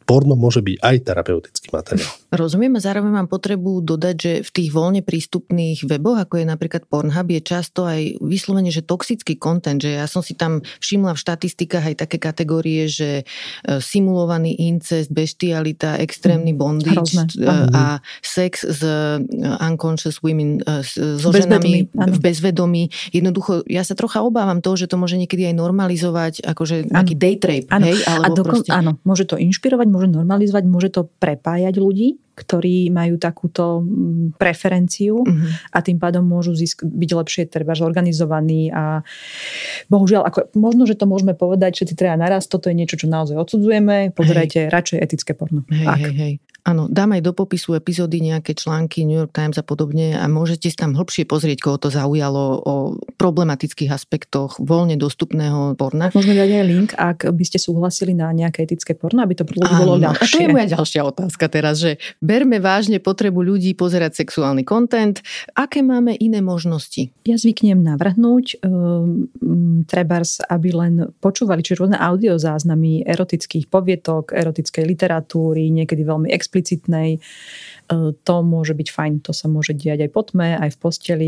porno môže byť aj terapeutický materiál. Rozumiem, a zároveň mám potrebu dodať, že v tých voľne prístupných weboch, ako je napríklad Pornhub, je často aj vyslovene, že toxický content, že ja som si tam všimla v štatistikách aj také kategórie, že simulovaný incest, bestialita, extrémny bondage a sex s unconscious women, so ženami v bezvedomí. Jednoducho, ja sa trocha obávam toho, že to môže niekedy aj normalizovať, akože nejaký date rape. Hej? Áno, môže to inšpirovať, môže normalizovať, môže to prepájať ľudí, ktorí majú takúto preferenciu a tým pádom môžu byť lepšie treba organizovaní a bohužiaľ, možno, že to môžeme povedať všetci treba naraz, toto je niečo, čo naozaj odsudzujeme, pozerajte radšej etické porno. Hej. Áno, dám aj do popisu epizódy nejaké články New York Times a podobne a môžete si tam hlbšie pozrieť, koho to zaujalo o problematických aspektoch voľne dostupného porna. Môžeme dať aj link, ak by ste súhlasili na nejaké etické porno, aby to pre ľudí bolo ľahšie. A to je moja ďalšia otázka teraz, že berme vážne potrebu ľudí pozerať sexuálny content. Aké máme iné možnosti? Ja zvyknem navrhnúť trebárs, aby len počúvali či rôzne audiozáznamy erotických povietok, erotickej literatúry, niekedy veľmi explicitnej. To môže byť fajn, to sa môže diať aj po tme, aj v posteli.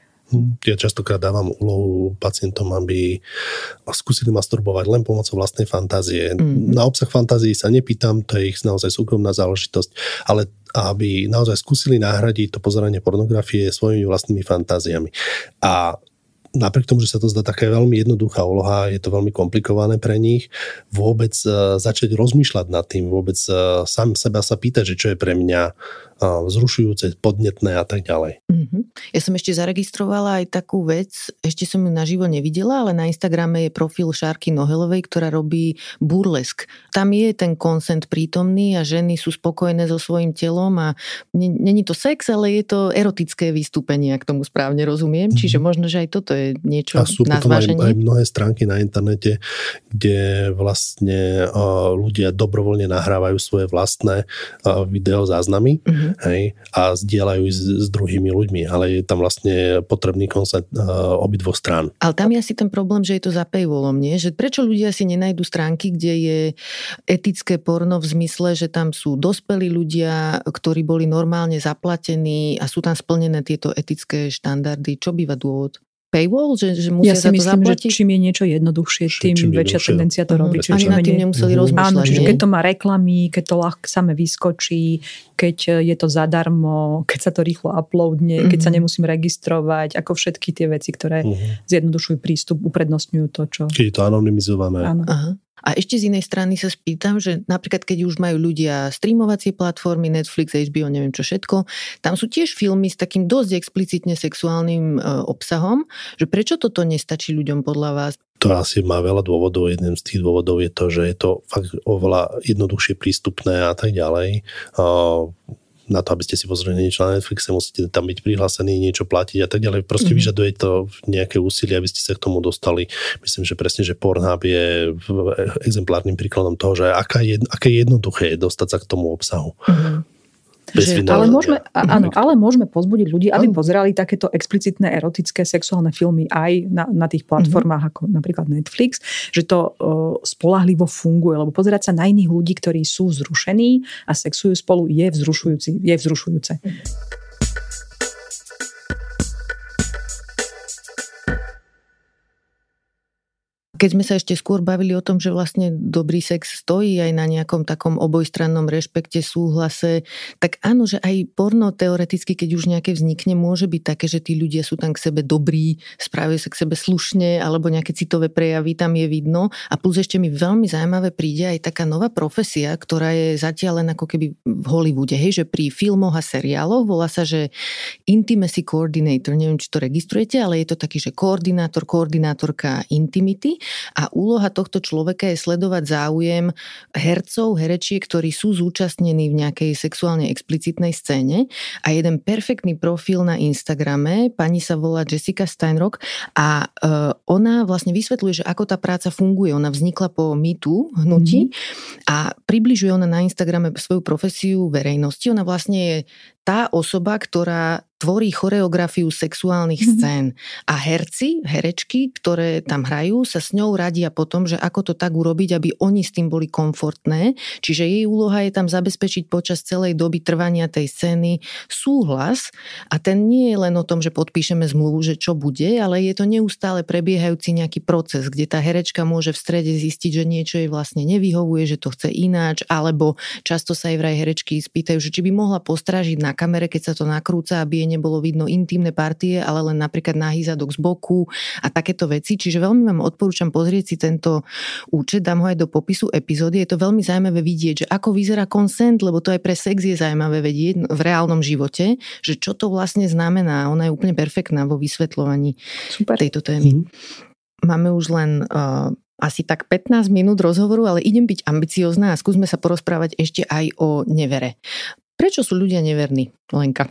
Ja častokrát dávam úlohu pacientom, aby skúsili masturbovať len pomocou vlastnej fantázie. Na obsah fantázií sa nepýtam, to je ich naozaj súkromná záležitosť, ale aby naozaj skúsili nahradiť to pozeranie pornografie svojimi vlastnými fantáziami. A napriek tomu, že sa to zdá taká veľmi jednoduchá úloha, je to veľmi komplikované pre nich, vôbec začať rozmýšľať nad tým, vôbec sám seba sa pýtať, že čo je pre mňa vzrušujúce, podnetné a tak ďalej. Ja som ešte zaregistrovala aj takú vec, ešte som ju naživo nevidela, ale na Instagrame je profil Šárky Nohelovej, ktorá robí burlesk. Tam je ten consent prítomný a ženy sú spokojné so svojím telom a není to sex, ale je to erotické vystúpenie, ak tomu správne rozumiem. Čiže možno, že aj toto je niečo na zváženie. A sú potom aj mnohé stránky na internete, kde vlastne ľudia dobrovoľne nahrávajú svoje vlastné videozáznamy. Hej, a zdieľajú s druhými ľuďmi, ale je tam vlastne potrebný konsent obidvoch strán. Ale tam je asi ten problém, že je to za paywallom, nie? Že prečo ľudia si nenajdu stránky, kde je etické porno v zmysle, že tam sú dospelí ľudia, ktorí boli normálne zaplatení a sú tam splnené tieto etické štandardy. Čo býva dôvod? Paywall? Že musia ja si myslím, že čím je niečo jednoduchšie, tým väčšia tendencia to robiť. Ani na tým nemuseli rozmýšľať. Áno, čiže keď to má reklamy, keď to same vyskočí, keď je to zadarmo, keď sa to rýchlo uploadne, keď sa nemusím registrovať, ako všetky tie veci, ktoré zjednodušujú prístup, uprednostňujú to, čo... Keď je to anonymizované. Áno. Aha. A ešte z inej strany sa spýtam, že napríklad keď už majú ľudia streamovacie platformy, Netflix, HBO, neviem čo všetko, tam sú tiež filmy s takým dosť explicitne sexuálnym obsahom, že prečo toto nestačí ľuďom podľa vás? To asi má veľa dôvodov. Jedným z tých dôvodov je to, že je to fakt oveľa jednoduchšie prístupné a tak ďalej. Na to, aby ste si pozreli niečo na Netflixe, musíte tam byť prihlásení, niečo platiť a tak ďalej. Proste vyžaduje to nejaké úsilie, aby ste sa k tomu dostali. Myslím, že presne, že Pornhub je exemplárnym príkladom toho, že aké jednoduché je dostať sa k tomu obsahu. Ale môžeme pozbudiť ľudí, aby pozerali takéto explicitné erotické sexuálne filmy aj na tých platformách ako napríklad Netflix, že to spoľahlivo funguje, lebo pozerať sa na iných ľudí, ktorí sú vzrušení a sexujú spolu je vzrušujúce. Keď sme sa ešte skôr bavili o tom, že vlastne dobrý sex stojí aj na nejakom takom obojstrannom rešpekte, súhlase, tak áno, že aj porno teoreticky, keď už nejaké vznikne, môže byť také, že tí ľudia sú tam k sebe dobrí, správajú sa k sebe slušne, alebo nejaké citové prejavy tam je vidno. A plus ešte mi veľmi zaujímavé príde aj taká nová profesia, ktorá je zatiaľ len ako keby v Hollywoode, hej, že pri filmoch a seriáloch volá sa, že Intimacy Coordinator, neviem, či to registrujete, ale je to taký, že koordinátorka intimity. A úloha tohto človeka je sledovať záujem hercov, herečiek, ktorí sú zúčastnení v nejakej sexuálne explicitnej scéne. A jeden perfektný profil na Instagrame, pani sa volá Jessica Steinrock a ona vlastne vysvetľuje, že ako tá práca funguje. Ona vznikla po MeToo hnutí a približuje ona na Instagrame svoju profesiu verejnosti. Ona vlastne je tá osoba, ktorá tvorí choreografiu sexuálnych scén. A herečky, ktoré tam hrajú, sa s ňou radia potom, že ako to tak urobiť, aby oni s tým boli komfortné. Čiže jej úloha je tam zabezpečiť počas celej doby trvania tej scény súhlas. A ten nie je len o tom, že podpíšeme zmluvu, že čo bude, ale je to neustále prebiehajúci nejaký proces, kde tá herečka môže v strede zistiť, že niečo jej vlastne nevyhovuje, že to chce ináč, alebo často sa aj vraj herečky spýtajú, že či by mohla postrážiť na kamere, keď sa to nakrúca, aby jej nebolo vidno intimné partie, ale len napríklad nahý zadok z boku a takéto veci. Čiže veľmi vám odporúčam pozrieť si tento účet, dám ho aj do popisu epizódy. Je to veľmi zaujímavé vidieť, že ako vyzerá consent, lebo to aj pre sex je zaujímavé vedieť v reálnom živote, že čo to vlastne znamená. Ona je úplne perfektná vo vysvetľovaní tejto témy. Máme už len asi tak 15 minút rozhovoru, ale idem byť ambiciozná a skúsme sa porozprávať ešte aj o nevere. Prečo sú ľudia neverní, Lenka?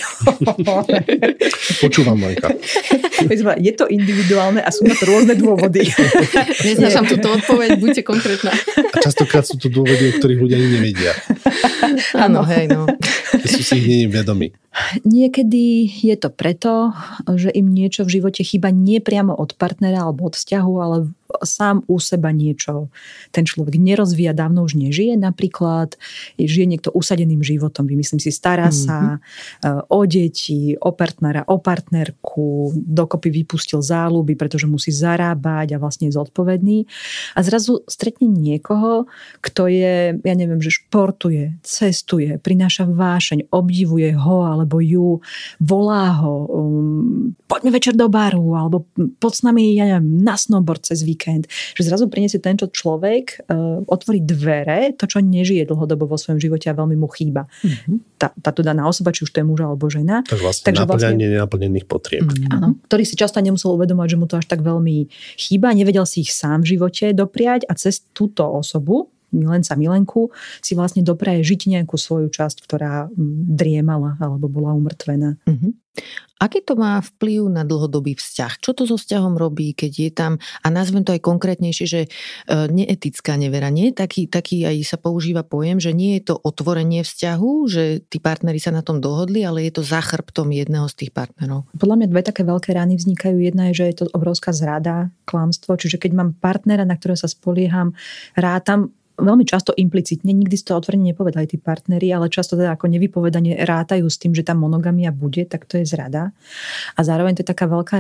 Počúvam, Lenka. Je to individuálne a sú na to rôzne dôvody. Neznášam túto odpoveď, buďte konkrétna. A častokrát sú to dôvody, o ktorých ľudia ani nevedia. Áno, hej, no. Sú si ich nie vedomí. Niekedy je to preto, že im niečo v živote chýba nie priamo od partnera alebo od vzťahu, ale sám u seba niečo. Ten človek nerozvíja, dávno už nežije. Napríklad žije niekto usadeným životom. Vymyslím si, stará sa o deti, o partnera, o partnerku, dokopy vypustil záľuby, pretože musí zarábať a vlastne je zodpovedný. A zrazu stretne niekoho, kto je, ja neviem, že športuje, cestuje, prináša vášeň, obdivuje ho alebo ju, volá ho, poďme večer do baru, alebo poď s nami, ja neviem, na snowboard cez víkend. Že zrazu priniesie tento človek, otvorí dvere, to, čo nežije dlhodobo vo svojom živote a veľmi mu chýba. Táto daná osoba, či už to je muž alebo žena. Takže naplňanie nenaplnených potrieb. Áno, ktorý si často nemusel uvedomať, že mu to až tak veľmi chýba, nevedel si ich sám v živote dopriať a cez túto osobu, milenca, milenku, si vlastne dopraje žiť nejakú svoju časť, ktorá driemala alebo bola umrtvená. Aký to má vplyv na dlhodobý vzťah? Čo to so vzťahom robí, keď je tam, a nazvem to aj konkrétnejšie, že neetická nevera, nie? Taký aj sa používa pojem, že nie je to otvorenie vzťahu, že tí partneri sa na tom dohodli, ale je to za chrbtom jedného z tých partnerov. Podľa mňa dve také veľké rány vznikajú. Jedna je, že je to obrovská zrada, klamstvo, čiže keď mám partnera, na ktorého sa spolieham, rátam, veľmi často implicitne, nikdy si to otvorene nepovedali tí partneri, ale často teda ako nevypovedane rátajú s tým, že tá monogamia bude, tak to je zrada. A zároveň to je taká veľká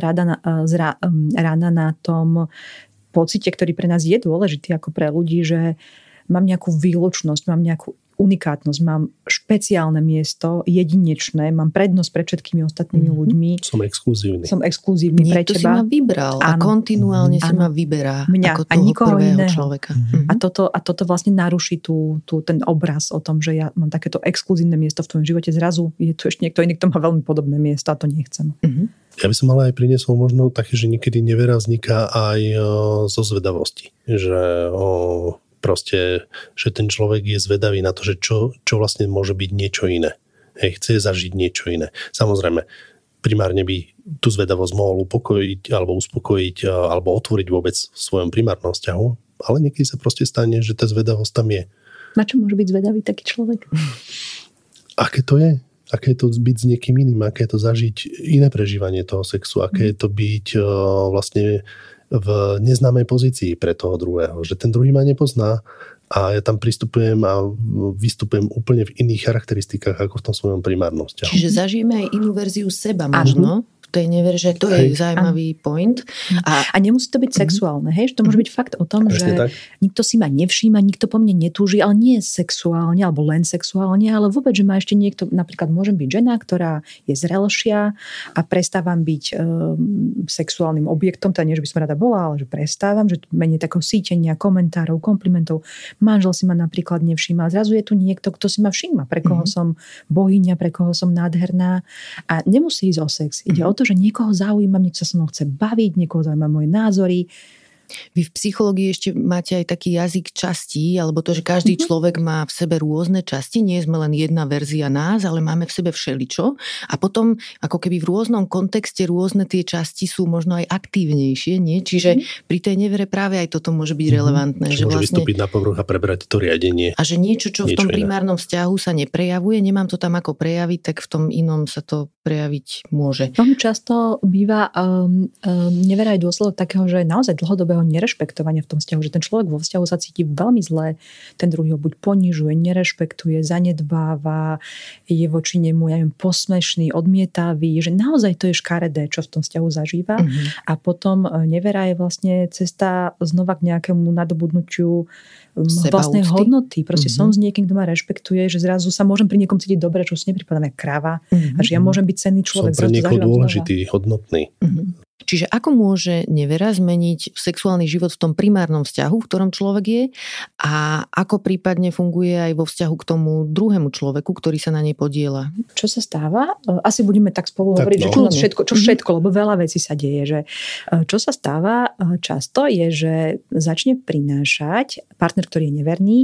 rána na tom pocite, ktorý pre nás je dôležitý ako pre ľudí, že mám nejakú výlučnosť, mám nejakú unikátnosť, mám špeciálne miesto, jedinečné, mám prednosť pred všetkými ostatnými ľuďmi. Som exkluzívny. Pre teba. Niekto si ma vybral a kontinuálne si ma vyberá mňa ako a toho nikoho prvého iného. človeka. A toto vlastne naruší ten obraz o tom, že ja mám takéto exkluzívne miesto v tvojom živote. Zrazu je tu ešte niekto iný, kto má veľmi podobné miesto a to nechcem. Ja by som ale aj priniesol možno také, že niekedy nevera vzniká aj zo zvedavosti. Že proste, že ten človek je zvedavý na to, že čo vlastne môže byť niečo iné. Chce zažiť niečo iné. Samozrejme, primárne by tú zvedavosť mohol upokojiť alebo uspokojiť alebo otvoriť vôbec v svojom primárnom vzťahu, ale niekedy sa proste stane, že tá zvedavosť tam je. Na čo môže byť zvedavý taký človek? Aké to je? Aké je to byť s niekým iným? Aké je to zažiť iné prežívanie toho sexu? Aké je to byť vlastne v neznámej pozícii pre toho druhého, že ten druhý ma nepozná a ja tam pristupujem a vystupujem úplne v iných charakteristikách ako v tom svojom primárnom vzťahu. Čiže zažijeme aj inú verziu seba možno, v tej nevere, že to je zaujímavý point. A nemusí to byť sexuálne, hej? Že to môže byť fakt o tom, presne že tak. nikto si ma nevšíma, nikto po mne netúži, ale nie sexuálne, alebo len sexuálne, ale vôbec, že má ešte niekto, napríklad môžem byť žena, ktorá je zrelšia a prestávam byť sexuálnym objektom, teda nie, že by som rada bola, ale že prestávam, že menej takého sítenia, komentárov, komplimentov. Manžel si ma napríklad nevšíma. Zrazu je tu niekto, kto si ma všíma, pre koho som bohyňa, pre koho som nádherná. A nemusí ísť o sex. Ide o to, že niekoho zaujímam, niekto sa so mnou chce baviť, niekoho zaujíma moje názory. Vy v psychológii ešte máte aj taký jazyk častí, alebo to, že každý človek má v sebe rôzne časti, nie sme len jedna verzia nás, ale máme v sebe všeličo a potom ako keby v rôznom kontexte rôzne tie časti sú možno aj aktívnejšie, nie? Čiže pri tej nevere práve aj toto môže byť relevantné. Že môže vystúpiť na povrch a prebrať to riadenie. A že niečo, čo v tom primárnom vzťahu sa neprejavuje, nemám to tam ako prejaviť, tak v tom inom sa to prejaviť môže. Veľmi často býva nevera aj dôsledok takého, že naozaj dlhodobého nerešpektovania v tom vzťahu, že ten človek vo vzťahu sa cíti veľmi zle, ten druhý ho buď ponižuje, nerešpektuje, zanedbáva, je voči nemu, ja neviem, posmešný, odmietavý, že naozaj to je škaredé, čo v tom vzťahu zažíva. A potom nevera je vlastne cesta znova k nejakému nadobudnutiu vlastnej hodnoty. Proste som s niekým, kto ma rešpektuje, že zrazu sa môžem pri niekom cítiť dobre, čo si nepripadám jak kráva a že ja môžem byť cenný človek. Som pre niekoho dôležitý, hodnotný. Čiže ako môže nevera zmeniť sexuálny život v tom primárnom vzťahu, v ktorom človek je a ako prípadne funguje aj vo vzťahu k tomu druhému človeku, ktorý sa na nej podieľa? Čo sa stáva? Asi budeme tak spolu hovoriť, že čo všetko, lebo veľa vecí sa deje. Že čo sa stáva často je, že začne prinášať partner, ktorý je neverný,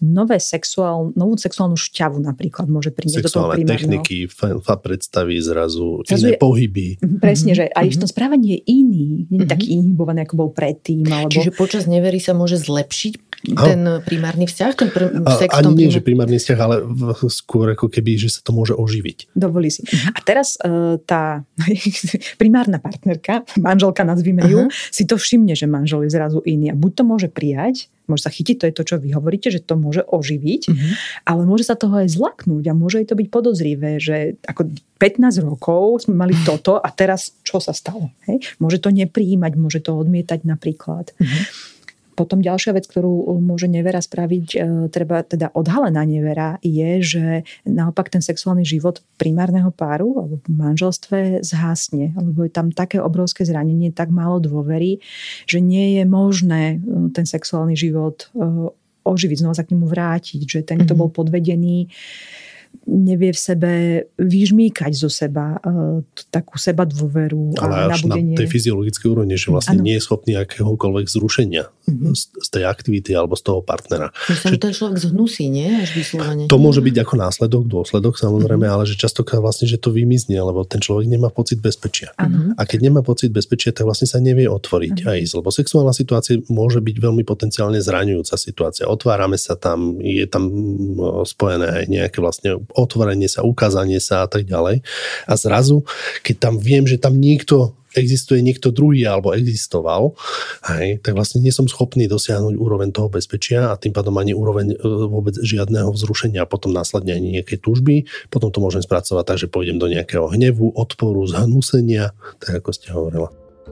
novú sexuálnu šťavu napríklad môže priniesť do toho primárneho. Sexuálne techniky, predstavy zrazu, iné pohyby. Presne, že aj v tom správaní je iný, nie je taký inhibovaný, ako bol predtým. Alebo... Čiže počas nevery sa môže zlepšiť ten primárny vzťah? Ten sex ani nie, že primárny vzťah, ale skôr ako keby, že sa to môže oživiť. Dovolí si. A teraz tá primárna partnerka, manželka nazvime ju, si to všimne, že manžel je zrazu iný. A buď to môže prijať, môže sa chytiť, to je to, čo vy hovoríte, že to môže oživiť, ale môže sa toho aj zlaknúť a môže aj to byť podozrivé, že ako 15 rokov sme mali toto a teraz čo sa stalo? Hej? Môže to neprijímať, môže to odmietať napríklad. Potom ďalšia vec, ktorú môže nevera spraviť, treba teda odhalená nevera, je, že naopak ten sexuálny život primárneho páru alebo v manželstve zhasne, alebo je tam také obrovské zranenie, tak málo dôvery, že nie je možné ten sexuálny život oživiť, znova sa k nemu vrátiť, že ten, kto bol podvedený, nevie v sebe vyžmýkať zo seba takú seba dôveru a nabudenie. Ale až na tej fyziologickej úrovni, že vlastne nie je schopný akéhokoľvek zrušenia z tej aktivity alebo z toho partnera. Že ten človek zhnusí, nie? Až vyslovene. To môže byť ako následok, dôsledok samozrejme, ale že častokrát vlastne, že to vymizne, lebo ten človek nemá pocit bezpečia. A keď nemá pocit bezpečia, tak vlastne sa nevie otvoriť a ísť, lebo sexuálna situácia môže byť veľmi potenciálne zraňujúca situácia. Otvárame sa tam, je tam spojené aj nejaké vlastne otvorenie sa, ukázanie sa a tak ďalej. A zrazu, keď tam viem, že tam existuje niekto druhý alebo existoval, hej, tak vlastne nie som schopný dosiahnuť úroveň toho bezpečia a tým pádom ani úroveň vôbec žiadneho vzrušenia a potom následne ani nejaké túžby. Potom to môžem spracovať tak, že pôjdem do nejakého hnevu, odporu, zhnusenia, tak ako ste hovorila.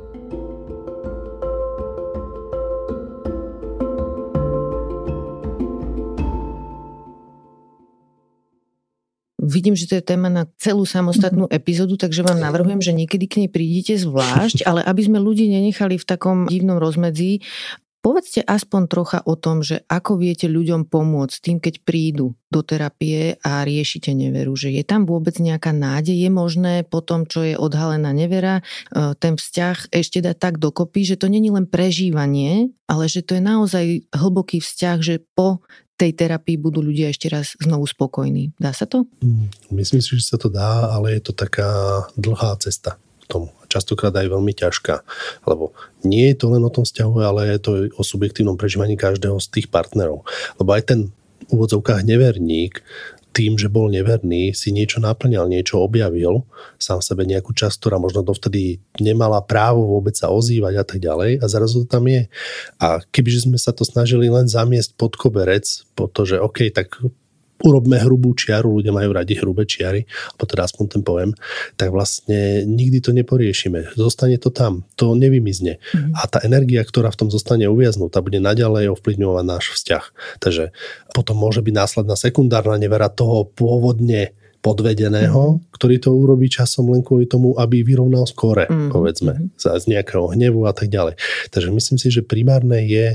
Vidím, že to je téma na celú samostatnú epizódu, takže vám navrhujem, že niekedy k nej prídete zvlášť, ale aby sme ľudí nenechali v takom divnom rozmedzi, povedzte aspoň trocha o tom, že ako viete ľuďom pomôcť tým, keď prídu do terapie a riešite neveru, že je tam vôbec nejaká nádej, je možné po tom, čo je odhalená nevera, ten vzťah ešte dať tak dokopy, že to nie je len prežívanie, ale že to je naozaj hlboký vzťah, že po tej terapii budú ľudia ešte raz znovu spokojní. Dá sa to? Myslím si, že sa to dá, ale je to taká dlhá cesta k tomu. Častokrát aj veľmi ťažká. Lebo nie je to len o tom vzťahu, ale je to o subjektívnom prežívaní každého z tých partnerov. Lebo aj ten v úvodzovkách neverník tým, že bol neverný, si niečo naplňal, niečo objavil, sám v sebe nejakú časť, ktorá možno dovtedy nemala právo vôbec sa ozývať a tak ďalej a zrazu to tam je. A kebyže sme sa to snažili len zamiesť pod koberec, po to, že OK, tak urobme hrubú čiaru, ľudia majú radi hrubé čiary, alebo teda aspoň ten pojem, tak vlastne nikdy to neporiešime. Zostane to tam, to nevymizne. A tá energia, ktorá v tom zostane uviaznutá, bude naďalej ovplyvňovať náš vzťah. Takže potom môže byť následná sekundárna nevera toho pôvodne podvedeného, ktorý to urobí časom len kvôli tomu, aby vyrovnal skóre, povedzme, z nejakého hnevu a tak ďalej. Takže myslím si, že primárne je,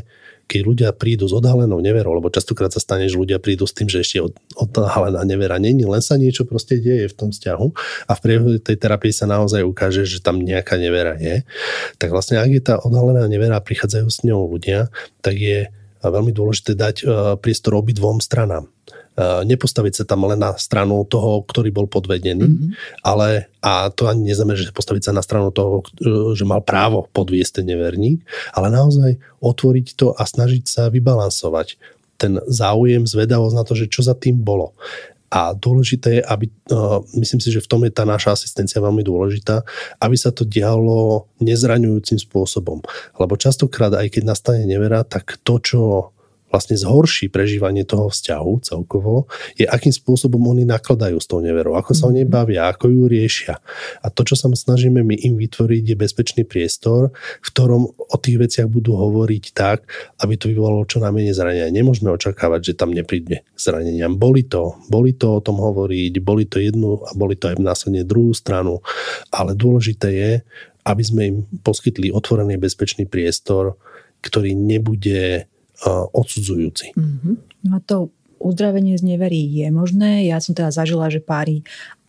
keď ľudia prídu s odhalenou neverou, lebo častokrát sa stane, že ľudia prídu s tým, že ešte odhalená nevera není, len sa niečo proste deje v tom vzťahu a v priebehu tej terapie sa naozaj ukáže, že tam nejaká nevera je. Tak vlastne, ak je tá odhalená nevera a prichádzajú s ňou ľudia, tak je veľmi dôležité dať priestor obidvom stranám. Nepostaviť sa tam len na stranu toho, ktorý bol podvedený, ale, a to ani neznamená, že postaviť sa na stranu toho, že mal právo podviesť ten neverník, ale naozaj otvoriť to a snažiť sa vybalansovať ten záujem, zvedavosť na to, že čo za tým bolo. A dôležité je, aby, myslím si, že v tom je tá naša asistencia veľmi dôležitá, aby sa to dialo nezraňujúcim spôsobom. Lebo častokrát, aj keď nastane nevera, tak to, čo vlastne zhorší prežívanie toho vzťahu celkovo, je akým spôsobom oni nakladajú s tou neverou, ako sa o nej bavia, ako ju riešia. A to, čo sa snažíme my im vytvoriť, je bezpečný priestor, v ktorom o tých veciach budú hovoriť tak, aby to vyvolalo čo najmenej zranenia. Nemôžeme očakávať, že tam nepríde k zraneniam. Boli to o tom hovoriť, boli to jednu a boli to aj následne druhú stranu, ale dôležité je, aby sme im poskytli otvorený bezpečný priestor, ktorý nebude odsudzujúci. No a to uzdravenie z neverí je možné. Ja som teda zažila, že páry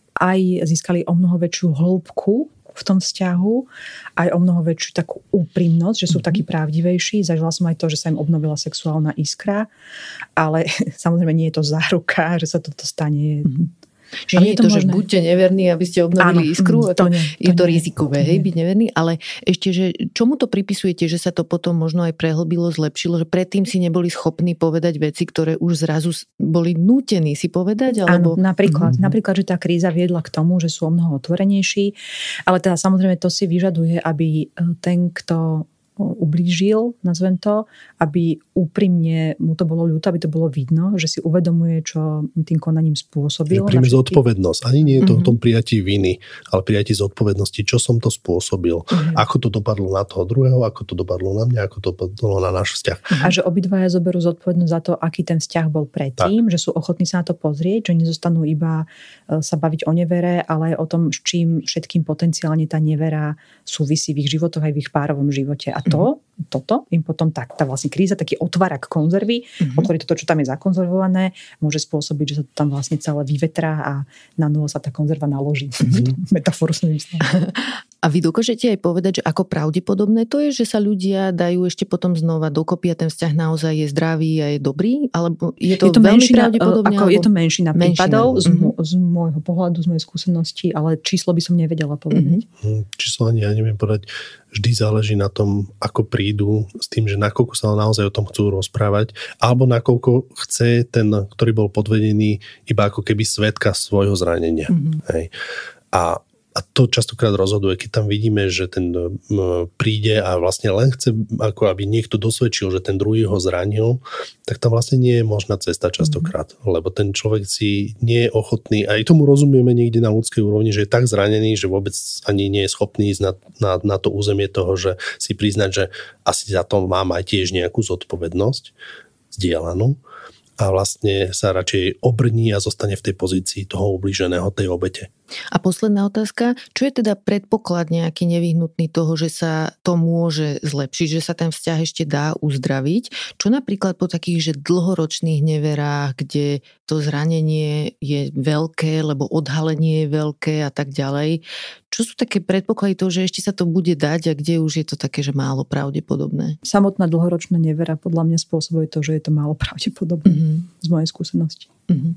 aj získali o mnoho väčšiu hĺbku v tom vzťahu, aj o mnoho väčšiu takú úprimnosť, že sú takí pravdivejší. Zažila som aj to, že sa im obnovila sexuálna iskra, ale samozrejme nie je to záruka, že sa toto stane. Čiže nie je to, že buďte neverní, aby ste obnovili iskru. Je to rizikové, hej, byť neverný. Ale ešte, že čomu to pripisujete, že sa to potom možno aj prehlbilo, zlepšilo, že predtým si neboli schopní povedať veci, ktoré už zrazu boli nútení si povedať? Alebo... Áno, napríklad, že tá kríza viedla k tomu, že sú o mnoho otvorenejší, ale teda samozrejme to si vyžaduje, aby ten, kto ublížil, nazvem to, aby úprimne mu to bolo ľúto, aby to bolo vidno, že si uvedomuje, čo tým konaním spôsobil. Že príjme zodpovednosť. Ani nie je to o tom prijatí viny, ale prijatí zodpovednosti, čo som to spôsobil, ako to dopadlo na toho druhého, ako to dopadlo na mňa, ako to dopadlo na náš vzťah. A že obidvaja zoberú zodpovednosť za to, aký ten vzťah bol predtým, že sú ochotní sa na to pozrieť, že nezostanú iba sa baviť o nevere, ale aj o tom, s čím všetkým potenciálne tá nevera súvisí v ich životoch aj v ich párovom živote. A toto im potom tá vlastne kríza, taký otvárak konzervy, otvorí toto, čo tam je zakonzervované, môže spôsobiť, že sa to tam vlastne celé vyvetrá a na novo sa tá konzerva naloží. Metaforu som myslela. A vy dokážete aj povedať, že ako pravdepodobné to je, že sa ľudia dajú ešte potom znova dokopy a ten vzťah naozaj je zdravý a je dobrý? Alebo je to veľmi menšina, pravdepodobne? Je to menšina prípadov z môjho pohľadu, z mojej skúsenosti, ale číslo by som nevedela povedať. Číslo ani ja neviem povedať. Vždy záleží na tom, ako prídu s tým, že nakoľko sa naozaj o tom chcú rozprávať, alebo nakoľko chce ten, ktorý bol podvedený, iba ako keby svedka svojho zranenia. Hej. A to častokrát rozhoduje, keď tam vidíme, že ten príde a vlastne len chce, ako aby niekto dosvedčil, že ten druhý ho zranil, tak tam vlastne nie je možná cesta častokrát. Lebo ten človek si nie je ochotný, aj tomu rozumieme niekde na ľudskej úrovni, že je tak zranený, že vôbec ani nie je schopný ísť na to územie toho, že si priznať, že asi za to mám aj tiež nejakú zodpovednosť zdieľanú. A vlastne sa radšej obrní a zostane v tej pozícii toho ublíženého, tej obete. A posledná otázka, čo je teda predpoklad nejaký nevyhnutný toho, že sa to môže zlepšiť, že sa ten vzťah ešte dá uzdraviť? Čo napríklad po takých, že dlhoročných neverách, kde to zranenie je veľké, lebo odhalenie je veľké a tak ďalej. Čo sú také predpoklady toho, že ešte sa to bude dať a kde už je to také, že málo pravdepodobné? Samotná dlhoročná nevera podľa mňa spôsobuje to, že je to málo pravdepodobné z mojej skúsenosti.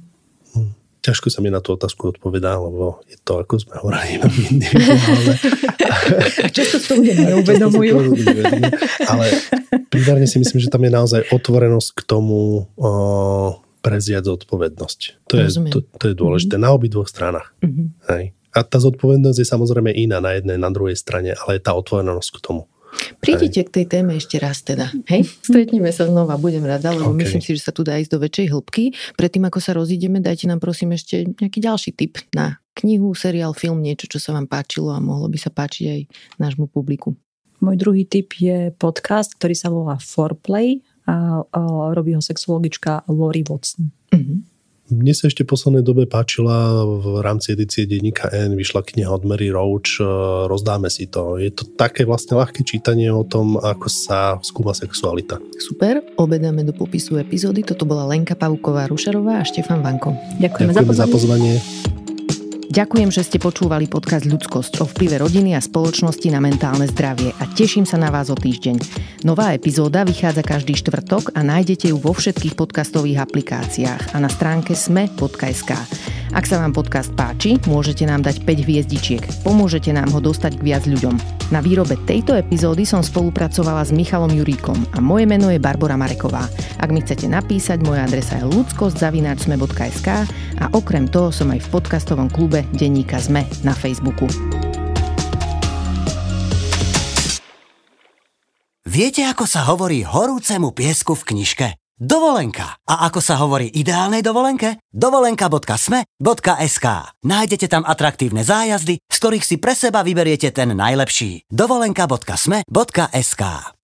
Ťažko sa mi na tú otázku odpovedá, lebo je to, ako sme hovorili, veľmi individuálne. Často to ľudia neuvedomujú. Ale primárne si myslím, že tam je naozaj otvorenosť k tomu prevziať zodpovednosť. To je dôležité na obidvoch stranách. Hej. A tá zodpovednosť je samozrejme iná na jednej, na druhej strane, ale je tá otvorenosť k tomu. Prídite k tej téme ešte raz teda. Hej? Stretneme sa znova, budem rada, lebo myslím si, že sa tu dá ísť do väčšej hĺbky. Predtým, ako sa rozídeme, dajte nám prosím ešte nejaký ďalší tip na knihu, seriál, film, niečo, čo sa vám páčilo a mohlo by sa páčiť aj nášmu publiku. Môj druhý tip je podcast, ktorý sa volá Foreplay a robí ho sexologička Lori Watson. Mne sa ešte v poslednej dobe páčila v rámci edície denníka N, vyšla kniha od Mary Roach, Rozdáme si to. Je to také vlastne ľahké čítanie o tom, ako sa skúma sexualita. Super, obedáme do popisu epizódy. Toto bola Lenka Pavuková-Rušarová a Štefan Vanko. Ďakujeme za pozvanie. Ďakujem, že ste počúvali podcast Ľudskosť o vplyve rodiny a spoločnosti na mentálne zdravie a teším sa na vás o týždeň. Nová epizóda vychádza každý štvrtok a nájdete ju vo všetkých podcastových aplikáciách a na stránke sme.sk. Ak sa vám podcast páči, môžete nám dať 5 hviezdičiek. Pomôžete nám ho dostať k viac ľuďom. Na výrobe tejto epizódy som spolupracovala s Michalom Juríkom a moje meno je Barbora Mareková. Ak mi chcete napísať, moja adresa je ludskosť@sme.sk a okrem toho som aj v podcastovom klube denníka SME na Facebooku. Viete, ako sa hovorí horúcemu piesku v knižke? Dovolenka. A ako sa hovorí ideálnej dovolenke? Dovolenka.sme.sk. Nájdete tam atraktívne zájazdy, z ktorých si pre seba vyberiete ten najlepší. Dovolenka.sme.sk.